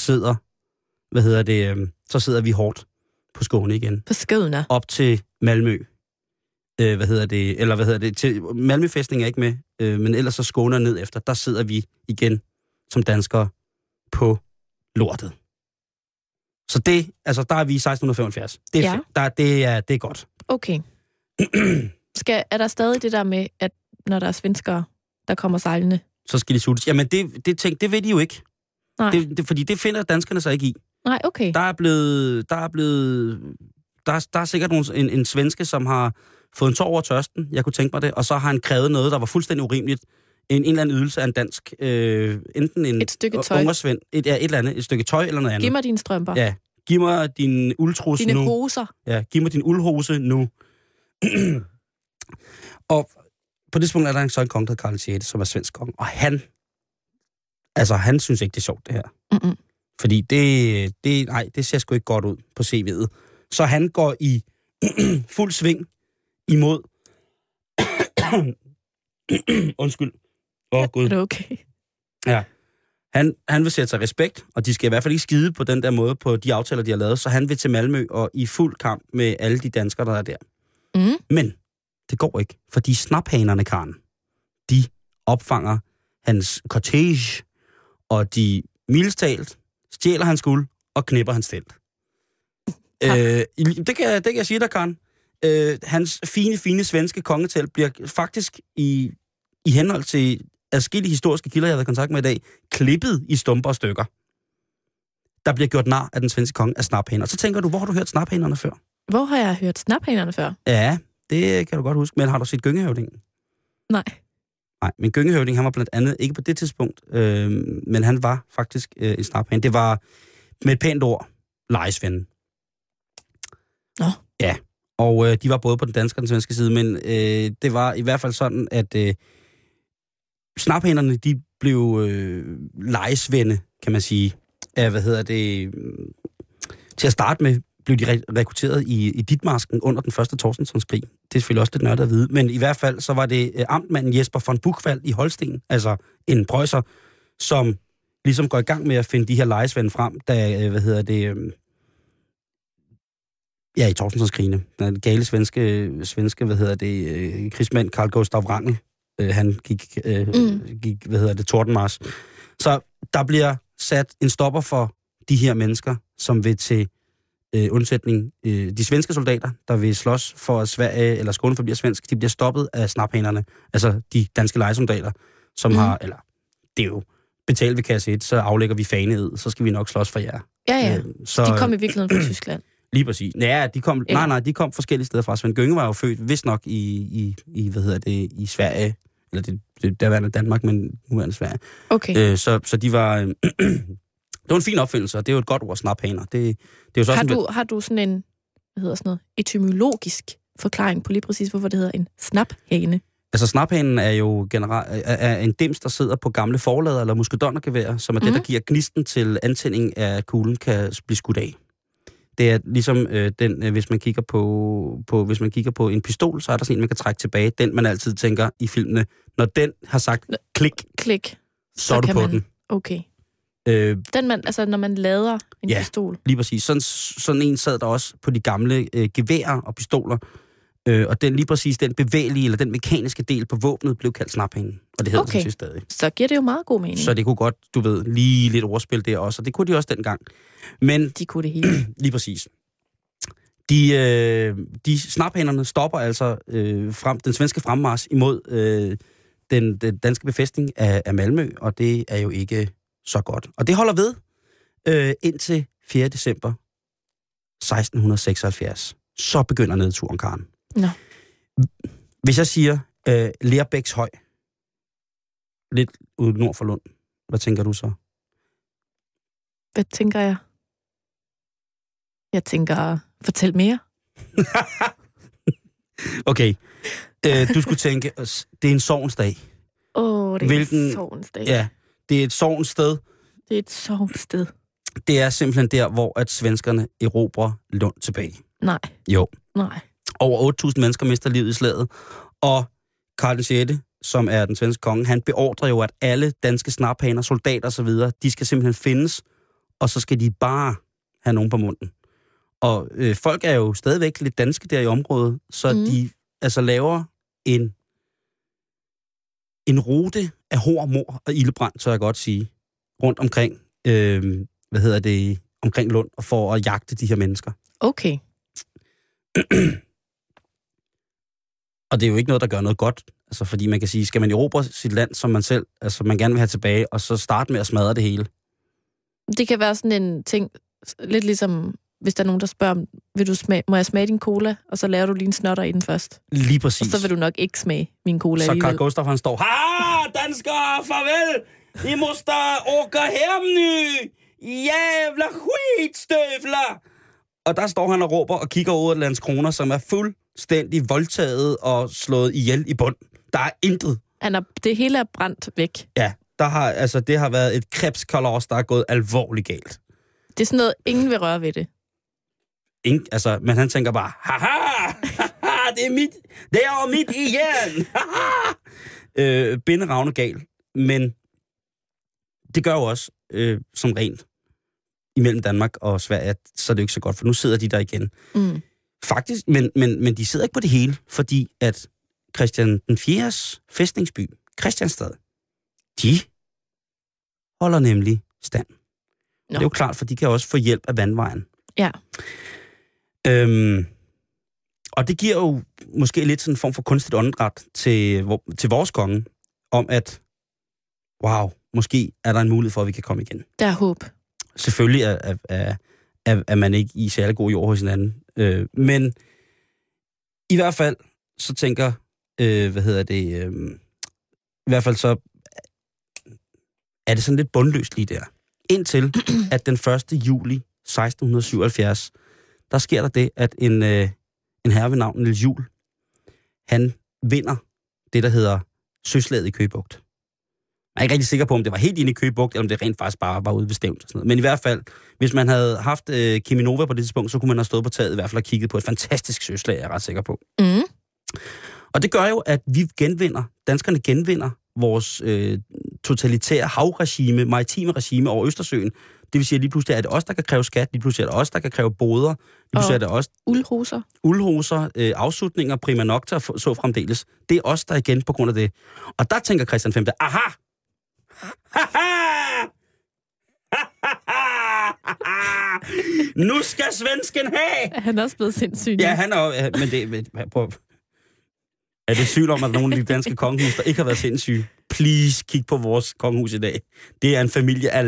sidder vi hårdt på Skåne igen. På Skåne? Op til Malmø. Til Malmø-fæstning er ikke med, men ellers så Skåne ned efter. Der sidder vi igen som danskere på lortet. Så det, altså der er vi i 1675. Det er fedt. Det er godt. Okay. Er der stadig det der med, at når der er svenskere, der kommer sejlende? Så skal de suttes. Jamen det ved de jo ikke. Nej. Fordi det finder danskerne sig ikke i. Nej, okay. Der er sikkert en svenske, som har fået en tår over tørsten. Jeg kunne tænke mig det. Og så har han krævet noget, der var fuldstændig urimeligt. En eller anden ydelse af en dansk, enten en et stykke tøj. Ungersvend, et eller andet, et stykke tøj eller noget andet. Giv mig dine strømper. Ja, giv mig din uldtrus nu. Dine hoser. Ja, giv mig din uldhose nu. Og på det punkt er der så en konge, der Karl 6., som er svensk konge. Og han synes ikke, det er sjovt, det her. Mm-mm. Fordi det ser sgu ikke godt ud på CV'et. Så han går i fuld sving imod... Undskyld. Gud. Er det okay? Ja. Han vil sætte sig respekt, og de skal i hvert fald ikke skide på den der måde på de aftaler, de har lavet, så han vil til Malmø og i fuld kamp med alle de danskere, der er der. Mm. Men det går ikke, fordi snaphanerne, Karen, de opfanger hans cortege, og de mildest talt stjæler hans guld og knipper hans telt. Det kan jeg sige dig, Karen. Hans fine svenske kongetelt bliver faktisk i henhold til adskillige historiske kilder, jeg har været i kontakt med i dag, klippet i stumper og stykker. Der bliver gjort nar af den svenske konge af snaphaner. Så tænker du, hvor har du hørt snaphanerne før? Hvor har jeg hørt snaphanerne før? Ja, det kan du godt huske. Men har du set Gyngehøvdingen? Nej, men Gyngehøvdingen, han var blandt andet, ikke på det tidspunkt, men han var faktisk en snaphane. Det var med et pænt ord, lejesvende. Nå. Ja, og de var både på den danske og den svenske side, men det var i hvert fald sådan, at snaphanerne, de blev lejesvende, kan man sige. Til at starte med, blev de rekrutteret i Ditmarsken under den første Torstenssonskrig. Det er selvfølgelig også lidt nørdet at vide, men i hvert fald så var det amtmanden Jesper von Buchwald i Holsten, altså en preußer, som ligesom går i gang med at finde de her lejesvende frem, da, i Torstenssonskrigene. Den gale svenske krigsmand Carl Gustav Wrangel, han gik tordenmars. Så der bliver sat en stopper for de her mennesker, som vil til undsætning. De svenske soldater, der vil slås for at Sverige eller Skåne forbliver svensk, de bliver stoppet af snaphanerne, altså de danske lejesoldater, som har, eller det er jo betalt ved kasse 1, så aflægger vi faneed, så skal vi nok slås for jer. Ja. Så de kom i virkeligheden fra Tyskland. Lige præcis. Ja, de kom forskellige steder fra. Svend Gjønge var jo født, vist nok i i Sverige, eller det der var Danmark, men nu er det Sverige. Okay. Så de var... det var en fin opfindelse, og det er jo et godt ord, snaphaner. Det er jo så har du sådan en, etymologisk forklaring på lige præcis, hvorfor det hedder en snaphane? Altså, snaphanen er jo er en dims, der sidder på gamle forlader eller muskedonnergeværer, som er det, der giver gnisten til antænding af kuglen kan blive skudt af. Det er ligesom hvis man kigger på en pistol, så er der sådan en, man kan trække tilbage. Den, man altid tænker i filmene, når den har sagt klik, så er du på den. Okay. Når man lader en pistol. Lige præcis. Sådan en sad der også på de gamle geværer og pistoler. Og den lige præcis den bevægelige, eller den mekaniske del på våbnet, blev kaldt snaphanen. Og det hedder det stadig. Så giver det jo meget god mening. Så det kunne godt, lige lidt ordspil der også. Og det kunne de også dengang. Men de kunne det hele. Lige præcis. De snaphanerne stopper altså den svenske fremmarch imod den danske befæstning af Malmø, og det er jo ikke så godt. Og det holder ved indtil 4. december 1676. Så begynder nedturen, Karen. Nå. Hvis jeg siger Lerbækshøj, lidt ude nord for Lund, hvad tænker du så? Hvad tænker jeg? Jeg tænker, fortæl mere. Okay. Du skulle tænke, det er en sovnsdag. Det er en sovnsdag. Ja, det er et sovnsted. Det er et sovnsted. Det er simpelthen der, hvor at svenskerne erobrer Lund tilbage. Nej. Jo. Nej. Over 8.000 mennesker mister livet i slaget, og Karl 6., som er den svenske konge, han beordrer jo, at alle danske snaphaner, soldater osv., de skal simpelthen findes, og så skal de bare have nogen på munden. Og folk er jo stadigvæk lidt danske der i området, så de altså laver en rute af hård, mord og ildebrand, så jeg godt sige, rundt omkring, omkring Lund, og for at jagte de her mennesker. Okay. Og det er jo ikke noget, der gør noget godt. Altså, fordi man kan sige, skal man erobre sit land, som man selv, altså man gerne vil have tilbage, og så starte med at smadre det hele? Det kan være sådan en ting, lidt ligesom, hvis der er nogen, der spørger, må jeg smage din cola? Og så laver du lige en snotter i den først. Lige præcis. Og så vil du nok ikke smage min cola så alligevel. Så Carl Gustaf, han står, danskere, farvel! I måste åka hem nu! Jävla skitstøvler! Og der står han og råber og kigger ud af Landskrona, som er fuldstændig voldtaget og slået ihjel i bund. Der er intet. Det hele er brændt væk. Ja, det har været et krebskalos, der er gået alvorligt galt. Det er sådan noget, ingen vil røre ved det. Men han tænker bare, det er mit, det er jo mit igen. Binderavne gal. Men det gør jo også, som rent, imellem Danmark og Sverige, så er det jo ikke så godt, for nu sidder de der igen. Faktisk, men de sidder ikke på det hele, fordi at Christian den 4's fæstningsby, Christianstad, de holder nemlig stand. Det er jo klart, for de kan også få hjælp af vandvejen. Ja. Og det giver jo måske lidt sådan en form for kunstigt åndedræt til vores konge, om at, måske er der en mulighed for, at vi kan komme igen. Der er håb. Selvfølgelig er man ikke i særlig god jord hos hinanden. Men i hvert fald, så tænker, i hvert fald så er det sådan lidt bundløst lige der. Indtil at den 1. juli 1677, der sker der det, at en herre ved navn Niels Juel, han vinder det, der hedder Søslaget i Køge Bugt. Jeg er ikke rigtig sikker på, om det var helt inde i Køge Bugt, eller om det rent faktisk bare var ude ved Stevns og sådan noget. Men i hvert fald, hvis man havde haft Cheminova på det tidspunkt, så kunne man have stået på taget i hvert fald og kigget på et fantastisk søslag, jeg er ret sikker på. Og det gør jo, at danskerne genvinder vores totalitære havregime, maritime regime over Østersøen. Det vil sige, at lige pludselig er det os, der kan kræve skat, lige pludselig er det os, der kan kræve boder, lige pludselig er det os... Uldhoser, afslutninger, prima nocta, så fremdeles. Det er os, der igen på grund af det. Og der tænker Christian 5. Aha! Nu skal svensken have! Han er også blevet sindssyg. Ja, han er men det... Prøv. Er det sygt om, at nogle af de danske kongehus, der ikke har været sindssyge? please kig på vores kongehus i dag. Det er en familie af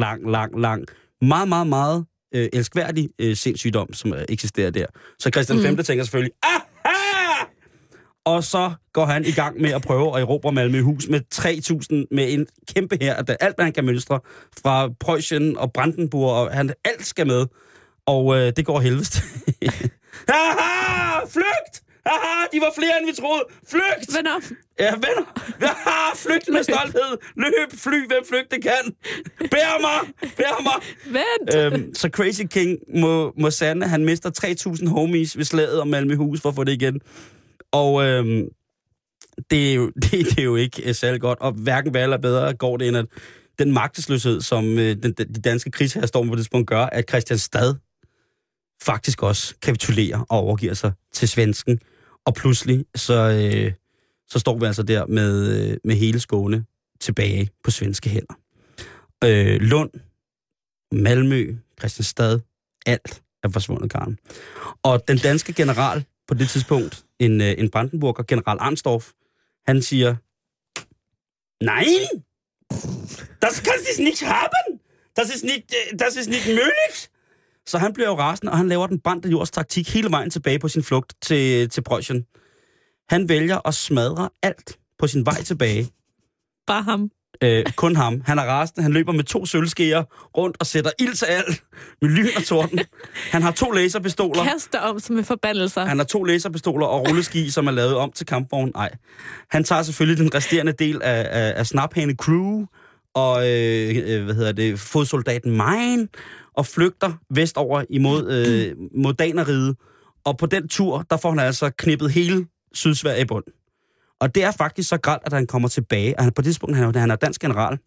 meget elskværdig sindssygdom, som eksisterer der. Så Christian V tænker selvfølgelig, aha! Og så går han i gang med at prøve at erobre Malmøhus med 3.000, med en kæmpe hær, alt hvad han kan mønstre, fra Preussen og Brandenburg, og alt skal med. Og det går helvest. Haha! Flygt! Haha! De var flere, end vi troede. Flygt! Venner. Ja, venner. Haha! Flygt med stolthed. Løb, fly, hvem flygte kan. Bær mig. Vent! Så Crazy King må sande, han mister 3.000 homies ved slaget om Malmøhus for at få det igen. Og det er jo ikke særlig godt, og hverken hvad eller bedre går det end at den magtesløshed, som de danske krigsherrer står på det tidspunkt, gør, at Christianstad faktisk også kapitulerer og overgiver sig til svensken. Og pludselig så står vi altså der med hele Skåne tilbage på svenske hænder. Lund, Malmø, Christianstad, alt er forsvundet, Karen. Og den danske general på det tidspunkt, en Brandenburger, general Arnstorff, han siger, nein, das kann sich nicht haben, das ist nicht möglich. Så han bliver jo rasende, og han laver den brændte jords taktik hele vejen tilbage på sin flugt til Preussen. Han vælger at smadre alt på sin vej tilbage. Bare ham. Kun ham. Han er rasende. Han løber med 2 sølvskeer rundt og sætter ild til alt med lyn og torden. Han har 2 laserpistoler. Kaster om som med forbandelser. Han har 2 laserpistoler og rulleski, som er lavet om til kampvogn. Nej. Han tager selvfølgelig den resterende del af Snaphane Crew og fodsoldaten Mine og flygter vestover mod Danerriget. Og på den tur, der får han altså knippet hele Sydsverige i bund. Og det er faktisk så grelt, at han kommer tilbage. Og på det tidspunkt, han er dansk general,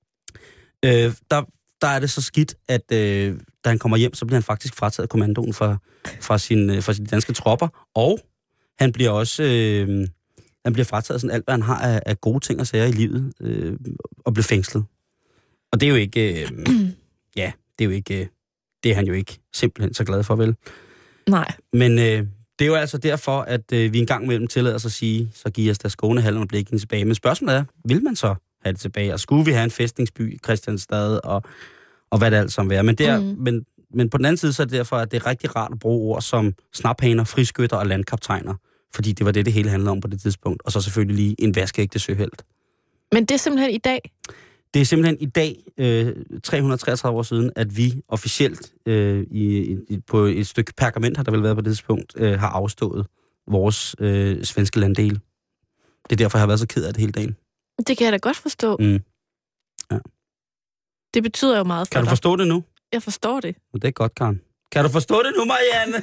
der er det så skidt, at da han kommer hjem, så bliver han faktisk frataget kommandoen fra sine danske tropper. Og han bliver også frataget sådan alt, hvad han har af gode ting og sager i livet, og bliver fængslet. Og det er jo ikke... det er han jo ikke simpelthen så glad for, vel? Nej. Men det er jo altså derfor, at vi en gang imellem tillader os at sige, så giver os der Skånehallen og Blekinge tilbage. Men spørgsmålet er, vil man så have det tilbage? Og skulle vi have en fæstningsby, Christianstad, og hvad det alt som være? Men på den anden side, så er det derfor, at det er rigtig rart at bruge ord som snaphaner, friskytter og landkaptajner. Fordi det var det hele handlede om på det tidspunkt. Og så selvfølgelig lige en vaskeægte søhelt. Men det er simpelthen i dag? Det er simpelthen i dag, 333 år siden, at vi officielt på et stykke pergament, har der vel været på det tidspunkt, har afstået vores svenske landdel. Det er derfor, jeg har været så ked af det hele dagen. Det kan jeg da godt forstå. Ja. Det betyder jo meget for dig. Kan du forstå det nu? Jeg forstår det. Det er godt, Karen. Kan du forstå det nu, Marianne?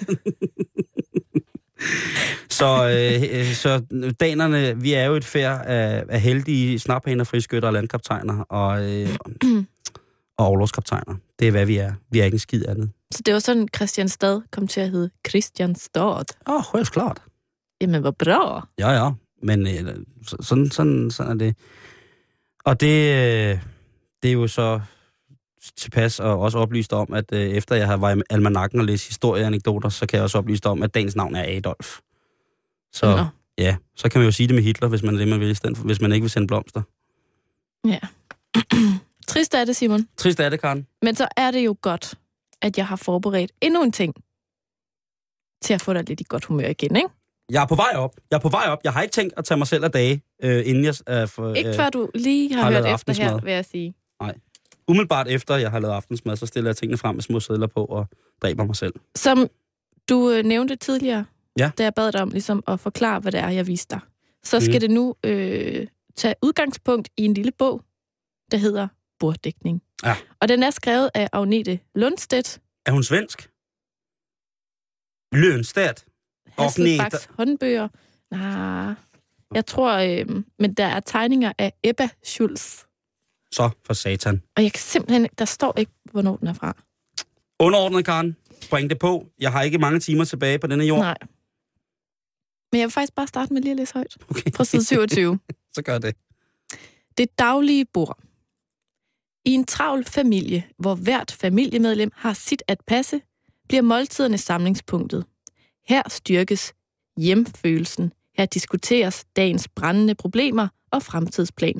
Så danerne, vi er jo et færd af heldige snaphaner, friskytter og landkaptajner og overlovskaptajner. Det er, hvad vi er. Vi er ikke en skid andet. Så det var sådan, Christianstad kom til at hedde Christianstad. Helt klart. Jamen, hvor bra. Ja. Men sådan er det. Og det er jo så tilpas og også oplyst om, at efter jeg har været i almanakken og læst historieanekdoter, så kan jeg også oplyse om, at dagens navn er Adolf. Så ja, så kan man jo sige det med Hitler, hvis man er det, man vil i stedet for, hvis man ikke vil sende blomster. Ja. Trist er det, Simon. Trist er det, Karen. Men så er det jo godt, at jeg har forberedt endnu en ting til at få dig lidt i godt humør igen, ikke? Jeg er på vej op. Jeg har ikke tænkt at tage mig selv af dage, inden jeg... ikke før du lige har hørt efter her, vil jeg sige. Nej. Umiddelbart efter, jeg har lavet aftensmad, så stiller jeg tingene frem med små sedler på og dræber mig selv. Som du nævnte tidligere, da jeg bad dig om ligesom at forklare, hvad det er, jeg viste dig, så skal det nu tage udgangspunkt i en lille bog, der hedder Borddækning. Ja. Og den er skrevet af Agnete Lundstedt. Er hun svensk? Lundstedt? Hasselbachs håndbøger. Nej, jeg tror, men der er tegninger af Ebba Schultz. Så for satan. Og jeg kan simpelthen, der står ikke, hvornår den er fra. Underordnet, Karen. Bring det på. Jeg har ikke mange timer tilbage på denne jord. Nej. Men jeg vil faktisk bare starte med lige at læse højt. Okay. Fra side 27. Så gør det. Det daglige bord. I en travl familie, hvor hvert familiemedlem har sit at passe, bliver måltiderne samlingspunktet. Her styrkes hjemfølelsen. Her diskuteres dagens brændende problemer og fremtidsplaner.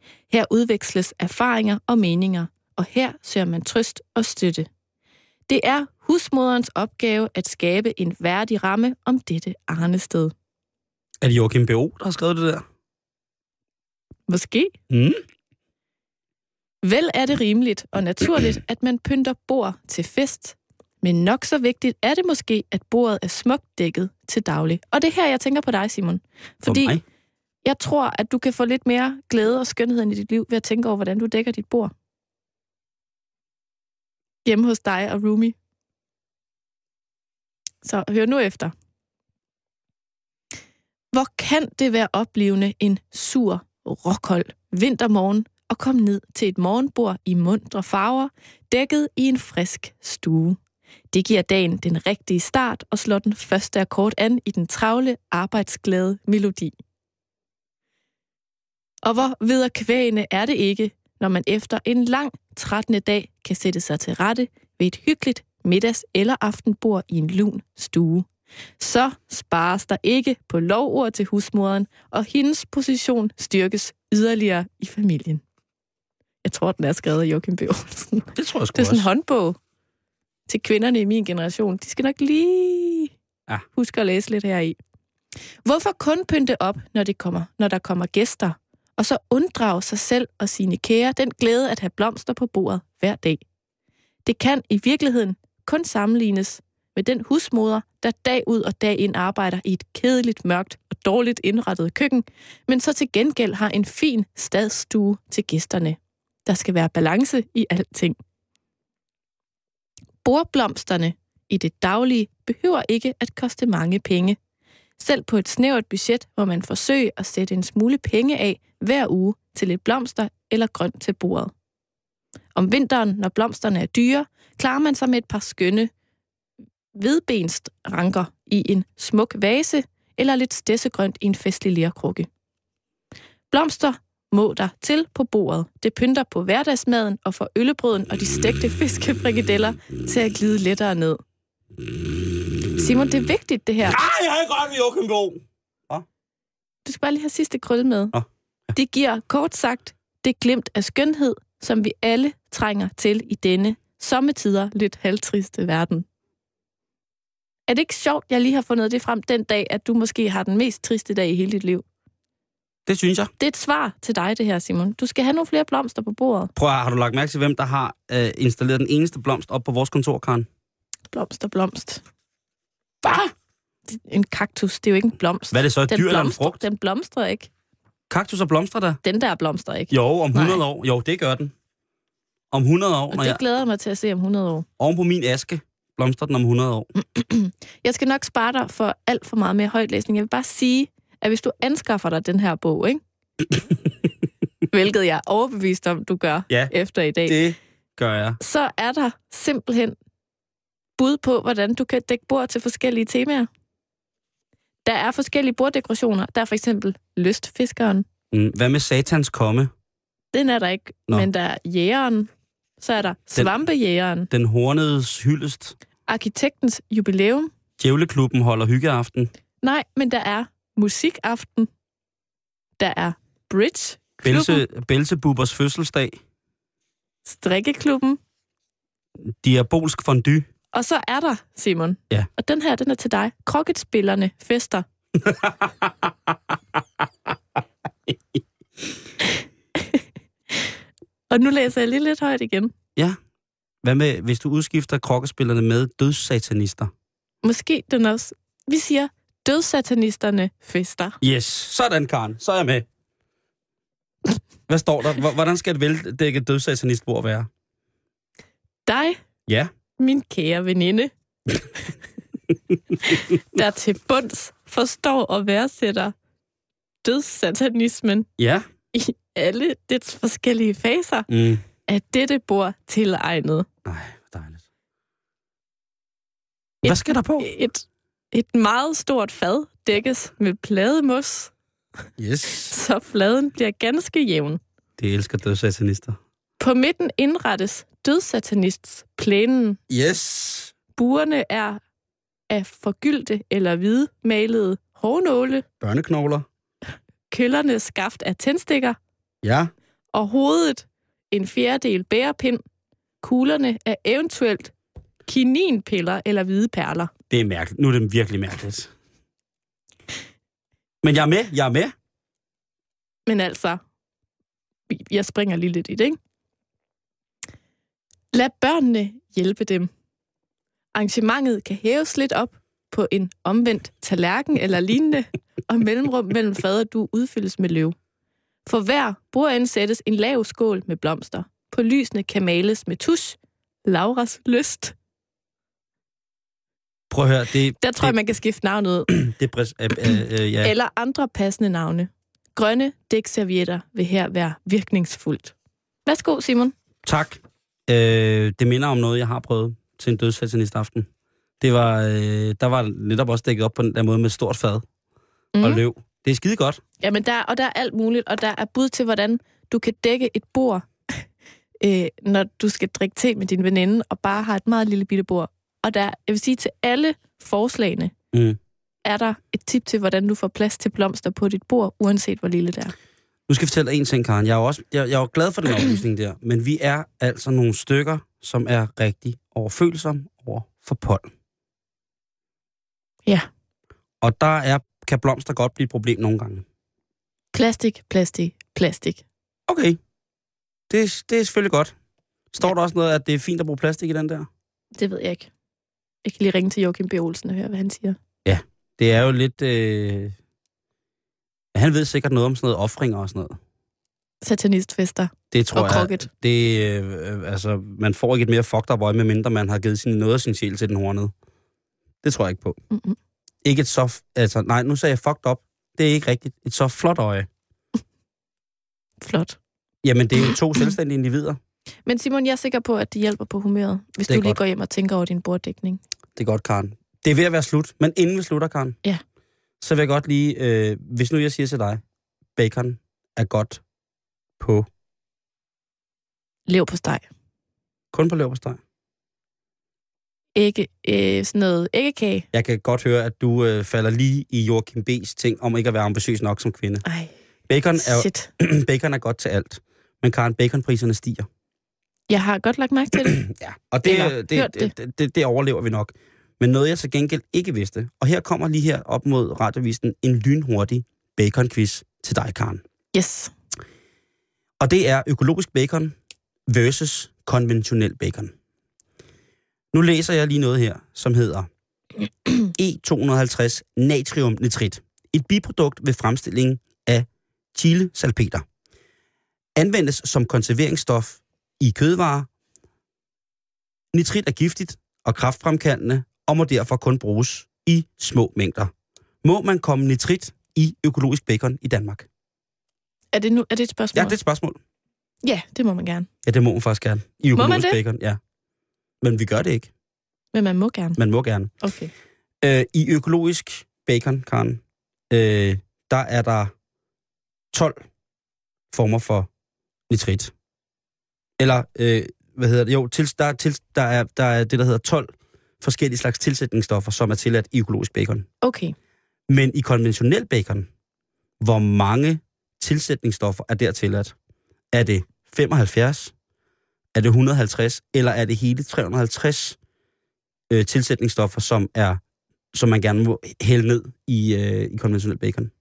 Her udveksles erfaringer og meninger, og her søger man trøst og støtte. Det er husmoderens opgave at skabe en værdig ramme om dette arnested. Er det Joachim B.O., der har skrevet det der? Måske. Vel er det rimeligt og naturligt, at man pynter bord til fest. Men nok så vigtigt er det måske, at bordet er smukt dækket til daglig. Og det er her, jeg tænker på dig, Simon. Fordi jeg tror, at du kan få lidt mere glæde og skønhed i dit liv ved at tænke over, hvordan du dækker dit bord. Hjemme hos dig og Rumi. Så hør nu efter. Hvor kan det være oplevende en sur, råkold vintermorgen og komme ned til et morgenbord i muntre farver, dækket i en frisk stue. Det giver dagen den rigtige start og slår den første akkord an i den travle, arbejdsglade melodi. Og hvor vederkvægende er det ikke, når man efter en lang, trættende dag kan sætte sig til rette ved et hyggeligt middags- eller aftenbord i en lun stue. Så spares der ikke på lovord til husmoderen, og hendes position styrkes yderligere i familien. Jeg tror, den er skrevet af Joachim B. Olsen. Det tror jeg sgu Det er sådan en også. håndbog til kvinderne i min generation. De skal nok lige huske at læse lidt heri. Hvorfor kun pynte op, når der kommer gæster, og så unddrage sig selv og sine kære den glæde at have blomster på bordet hver dag? Det kan i virkeligheden kun sammenlignes med den husmoder, der dag ud og dag ind arbejder i et kedeligt, mørkt og dårligt indrettet køkken, men så til gengæld har en fin stadsstue til gæsterne. Der skal være balance i alting. Bordblomsterne i det daglige behøver ikke at koste mange penge. Selv på et snævert budget må man forsøge at sætte en smule penge af hver uge til lidt blomster eller grønt til bordet. Om vinteren, når blomsterne er dyre, klarer man sig med et par skønne hvidbensranker i en smuk vase eller lidt stedsegrønt i en festlig lerkrukke. Blomster må der til på bordet. Det pynter på hverdagsmaden og får øllebrøden og de stegte fiskefrikadeller til at glide lettere ned. Simon, det er vigtigt, det her. Nej, jeg har ikke godt med Joachim B.O. Du skal bare lige have sidste krølle med. Det giver, kort sagt, det glimt af skønhed, som vi alle trænger til i denne sommetider lidt halvtriste verden. Er det ikke sjovt, jeg lige har fundet det frem den dag, at du måske har den mest triste dag i hele dit liv? Det synes jeg. Det er et svar til dig, det her, Simon. Du skal have nogle flere blomster på bordet. Prøv at, har du lagt mærke til, hvem der har installeret den eneste blomst op på vores kontor, Karen? Blomst. Hvad? En kaktus, det er jo ikke en blomst. Hvad er det så, et dyr eller en frugt? Den blomstrer ikke. Kaktus og blomstrer der? Den der blomstrer ikke. Jo, om 100 år. Jo, det gør den. Om 100 år. Og det glæder jeg mig til at se om 100 år. Oven på min aske blomstrer den om 100 år. Jeg skal nok spare dig for alt for meget mere højtlæsning. Jeg vil bare sige, at hvis du anskaffer dig den her bog, ikke? Hvilket jeg er overbevist om, du gør efter i dag. Det gør jeg. Så er der simpelthen bud på, hvordan du kan dække bord til forskellige temaer. Der er forskellige borddekorationer. Der er for eksempel lystfiskeren. Hvad med satans komme? Den er der ikke, men der er jægeren. Så er der svampejægeren. Den hornedes hyldest. Arkitektens jubilæum. Djævleklubben holder hyggeaften. Nej, men der er musikaften. Der er bridge. Belzebubbers fødselsdag. Strikkeklubben. Diabolsk fondue. Og så er der, Simon, og den her, den er til dig, krokketspillerne fester. Og nu læser jeg lige lidt højt igen. Ja. Hvad med, hvis du udskifter krokkespillerne med dødssatanister? Måske den også. Vi siger, dødssatanisterne fester. Yes, sådan, Karen. Så er jeg med. Hvad står der? Hvordan skal et veldækket dødssatanistbord være? Dig, min kære veninde, der til bunds forstår og værdsætter dødssatanismen i alle dets forskellige faser, er dette bord tilegnet. Nej, dejligt. Hvad skal der på? Et meget stort fad dækkes med plademos, så fladen bliver ganske jævn. Det elsker dødssatanister. På midten indrettes dødssatanists plænen. Yes. Burene er af forgyldte eller hvidmalede hårnåle. Børneknogler. Køllernes skaft af tændstikker. Ja. og hovedet en fjerdedel bærepind. Kuglerne er eventuelt kininpiller eller hvide perler. Det er mærkeligt. Nu er det virkelig mærkeligt. Men jeg er med. Men altså, jeg springer lige lidt i det, ikke? Lad børnene hjælpe dem. Arrangementet kan hæves lidt op på en omvendt tallerken eller lignende, og mellemrum mellem fader du udfyldes med løv. For hver bordende sættes en lav skål med blomster. På lysene kan males med tusch. Lauras lyst. Prøv at høre, Der tror jeg, man kan skifte navnet ud. Ja. Eller andre passende navne. Grønne dækservietter vil her være virkningsfuldt. Værsgo, Simon. Tak. Det minder om noget, jeg har prøvet til en dødssatanist aften. Det var, der var netop også dækket op på den der måde med stort fad og løv. Det er skide godt. Jamen, der er alt muligt, og der er bud til, hvordan du kan dække et bord, når du skal drikke te med din veninde, og bare har et meget lille bitte bord. Og der, jeg vil sige, til alle forslagene, er der et tip til, hvordan du får plads til blomster på dit bord, uanset hvor lille det er. Nu skal jeg fortælle dig en ting, Karen. Jeg er glad for den oplysning der, men vi er altså nogle stykker, som er rigtig overfølsomme over for pollen. Ja. Og der kan blomster godt blive et problem nogle gange. Plastik. Okay. Det er selvfølgelig godt. Står der også noget, at det er fint at bruge plastik i den der? Det ved jeg ikke. Jeg kan lige ringe til Joachim B. Olsen og høre, hvad han siger. Ja, det er jo lidt... Han ved sikkert noget om sådan noget ofringer og sådan noget. Satanistfester. Det tror og krokket. Altså, man får ikke et mere fucked up øje, medmindre man har givet noget af sin sjæl til den hornede. Det tror jeg ikke på. Mm-mm. Ikke et så... Altså, nej, nu sagde jeg fucked up. Det er ikke rigtigt. Et så flot øje. Flot. Jamen, det er jo 2 selvstændige individer. Men Simon, jeg er sikker på, at det hjælper på humøret, hvis du lige går hjem og tænker over din borddækning. Det er godt, Karen. Det er ved at være slut, men inden vi slutter, Karen, så vil jeg godt lige... hvis nu jeg siger til dig, bacon er godt på... Leverpostej. Kun på leverpostej? Ikke sådan noget æggekage. Jeg kan godt høre, at du falder lige i Joachim B's ting om ikke at være ambitiøs nok som kvinde. Ej, bacon er godt til alt. Men Karen, baconpriserne stiger. Jeg har godt lagt mærke til det. Ja, og det overlever vi nok. Men noget, jeg til gengæld ikke vidste, og her kommer lige her op mod radiovisen en lynhurtig bacon-quiz til dig, Karen. Yes. Og det er økologisk bacon versus konventionel bacon. Nu læser jeg lige noget her, som hedder E250 natriumnitrit. Et biprodukt ved fremstillingen af chilesalpeter. Anvendes som konserveringsstof i kødvarer. Nitrit er giftigt og kræftfremkaldende og må derfor kun bruges i små mængder. Må man komme nitrit i økologisk bacon i Danmark? Er det et spørgsmål? Ja, det er et spørgsmål. Ja, det må man gerne. Ja, det må man faktisk gerne. I økologisk bacon, ja. Men vi gør det ikke. Men man må gerne? Man må gerne. Okay. I økologisk bacon, Karen, der er der 12 former for nitrit. Eller, der er det, der hedder 12 forskellige slags tilsætningsstoffer, som er tilladt i økologisk bacon. Okay. Men i konventionel bacon, hvor mange tilsætningsstoffer er der tilladt? Er det 75? Er det 150? Eller er det hele 350 tilsætningsstoffer, som man gerne må hælde ned i konventionel bacon?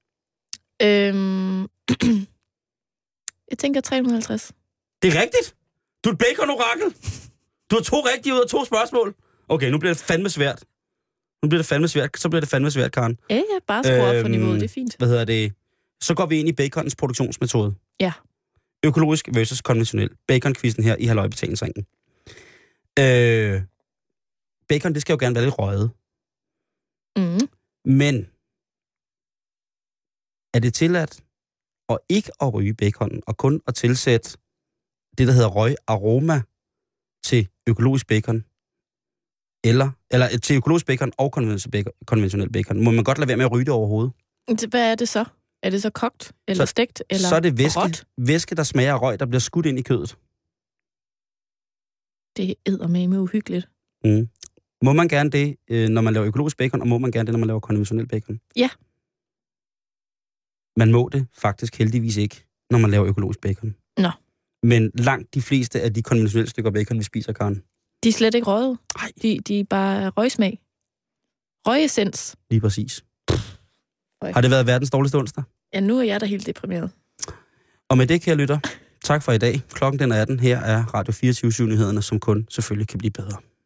Jeg tænker 350. Det er rigtigt! Du er et bacon-orakel! Du har 2 rigtige ud af 2 spørgsmål. Okay, nu bliver det fandme svært. Så bliver det fandme svært, Karen. Ja, bare skru op for niveauet, det er fint. Så går vi ind i baconens produktionsmetode. Ja. Økologisk versus konventionel. Bacon-quizzen her i halvøjbetalingsringen. Bacon, det skal jo gerne være lidt røget. Men er det tilladt at ikke at ryge baconen, og kun at tilsætte det, der hedder røgaroma til økologisk bacon? Eller til økologisk bacon og konventionel bacon. Må man godt lade være med at ryge det overhovedet? Hvad er det så? Er det så kogt, eller stegt, eller så er det råt? væske, der smager af røg, der bliver skudt ind i kødet. Det er eddermame uhyggeligt. Må man gerne det, når man laver økologisk bacon, og må man gerne det, når man laver konventionel bacon? Ja. Man må det faktisk heldigvis ikke, når man laver økologisk bacon. Nå. Men langt de fleste af de konventionelle stykker bacon, vi spiser, Karen. De er slet ikke røget. Nej. De er bare røgsmag. Røgessens. Lige præcis. Har det været verdens dårligste onsdag? Ja, nu er jeg da helt deprimeret. Og med det, kære lytter, tak for i dag. Klokken den er 18. Her er Radio 24/7-nyhederne, som kun selvfølgelig kan blive bedre.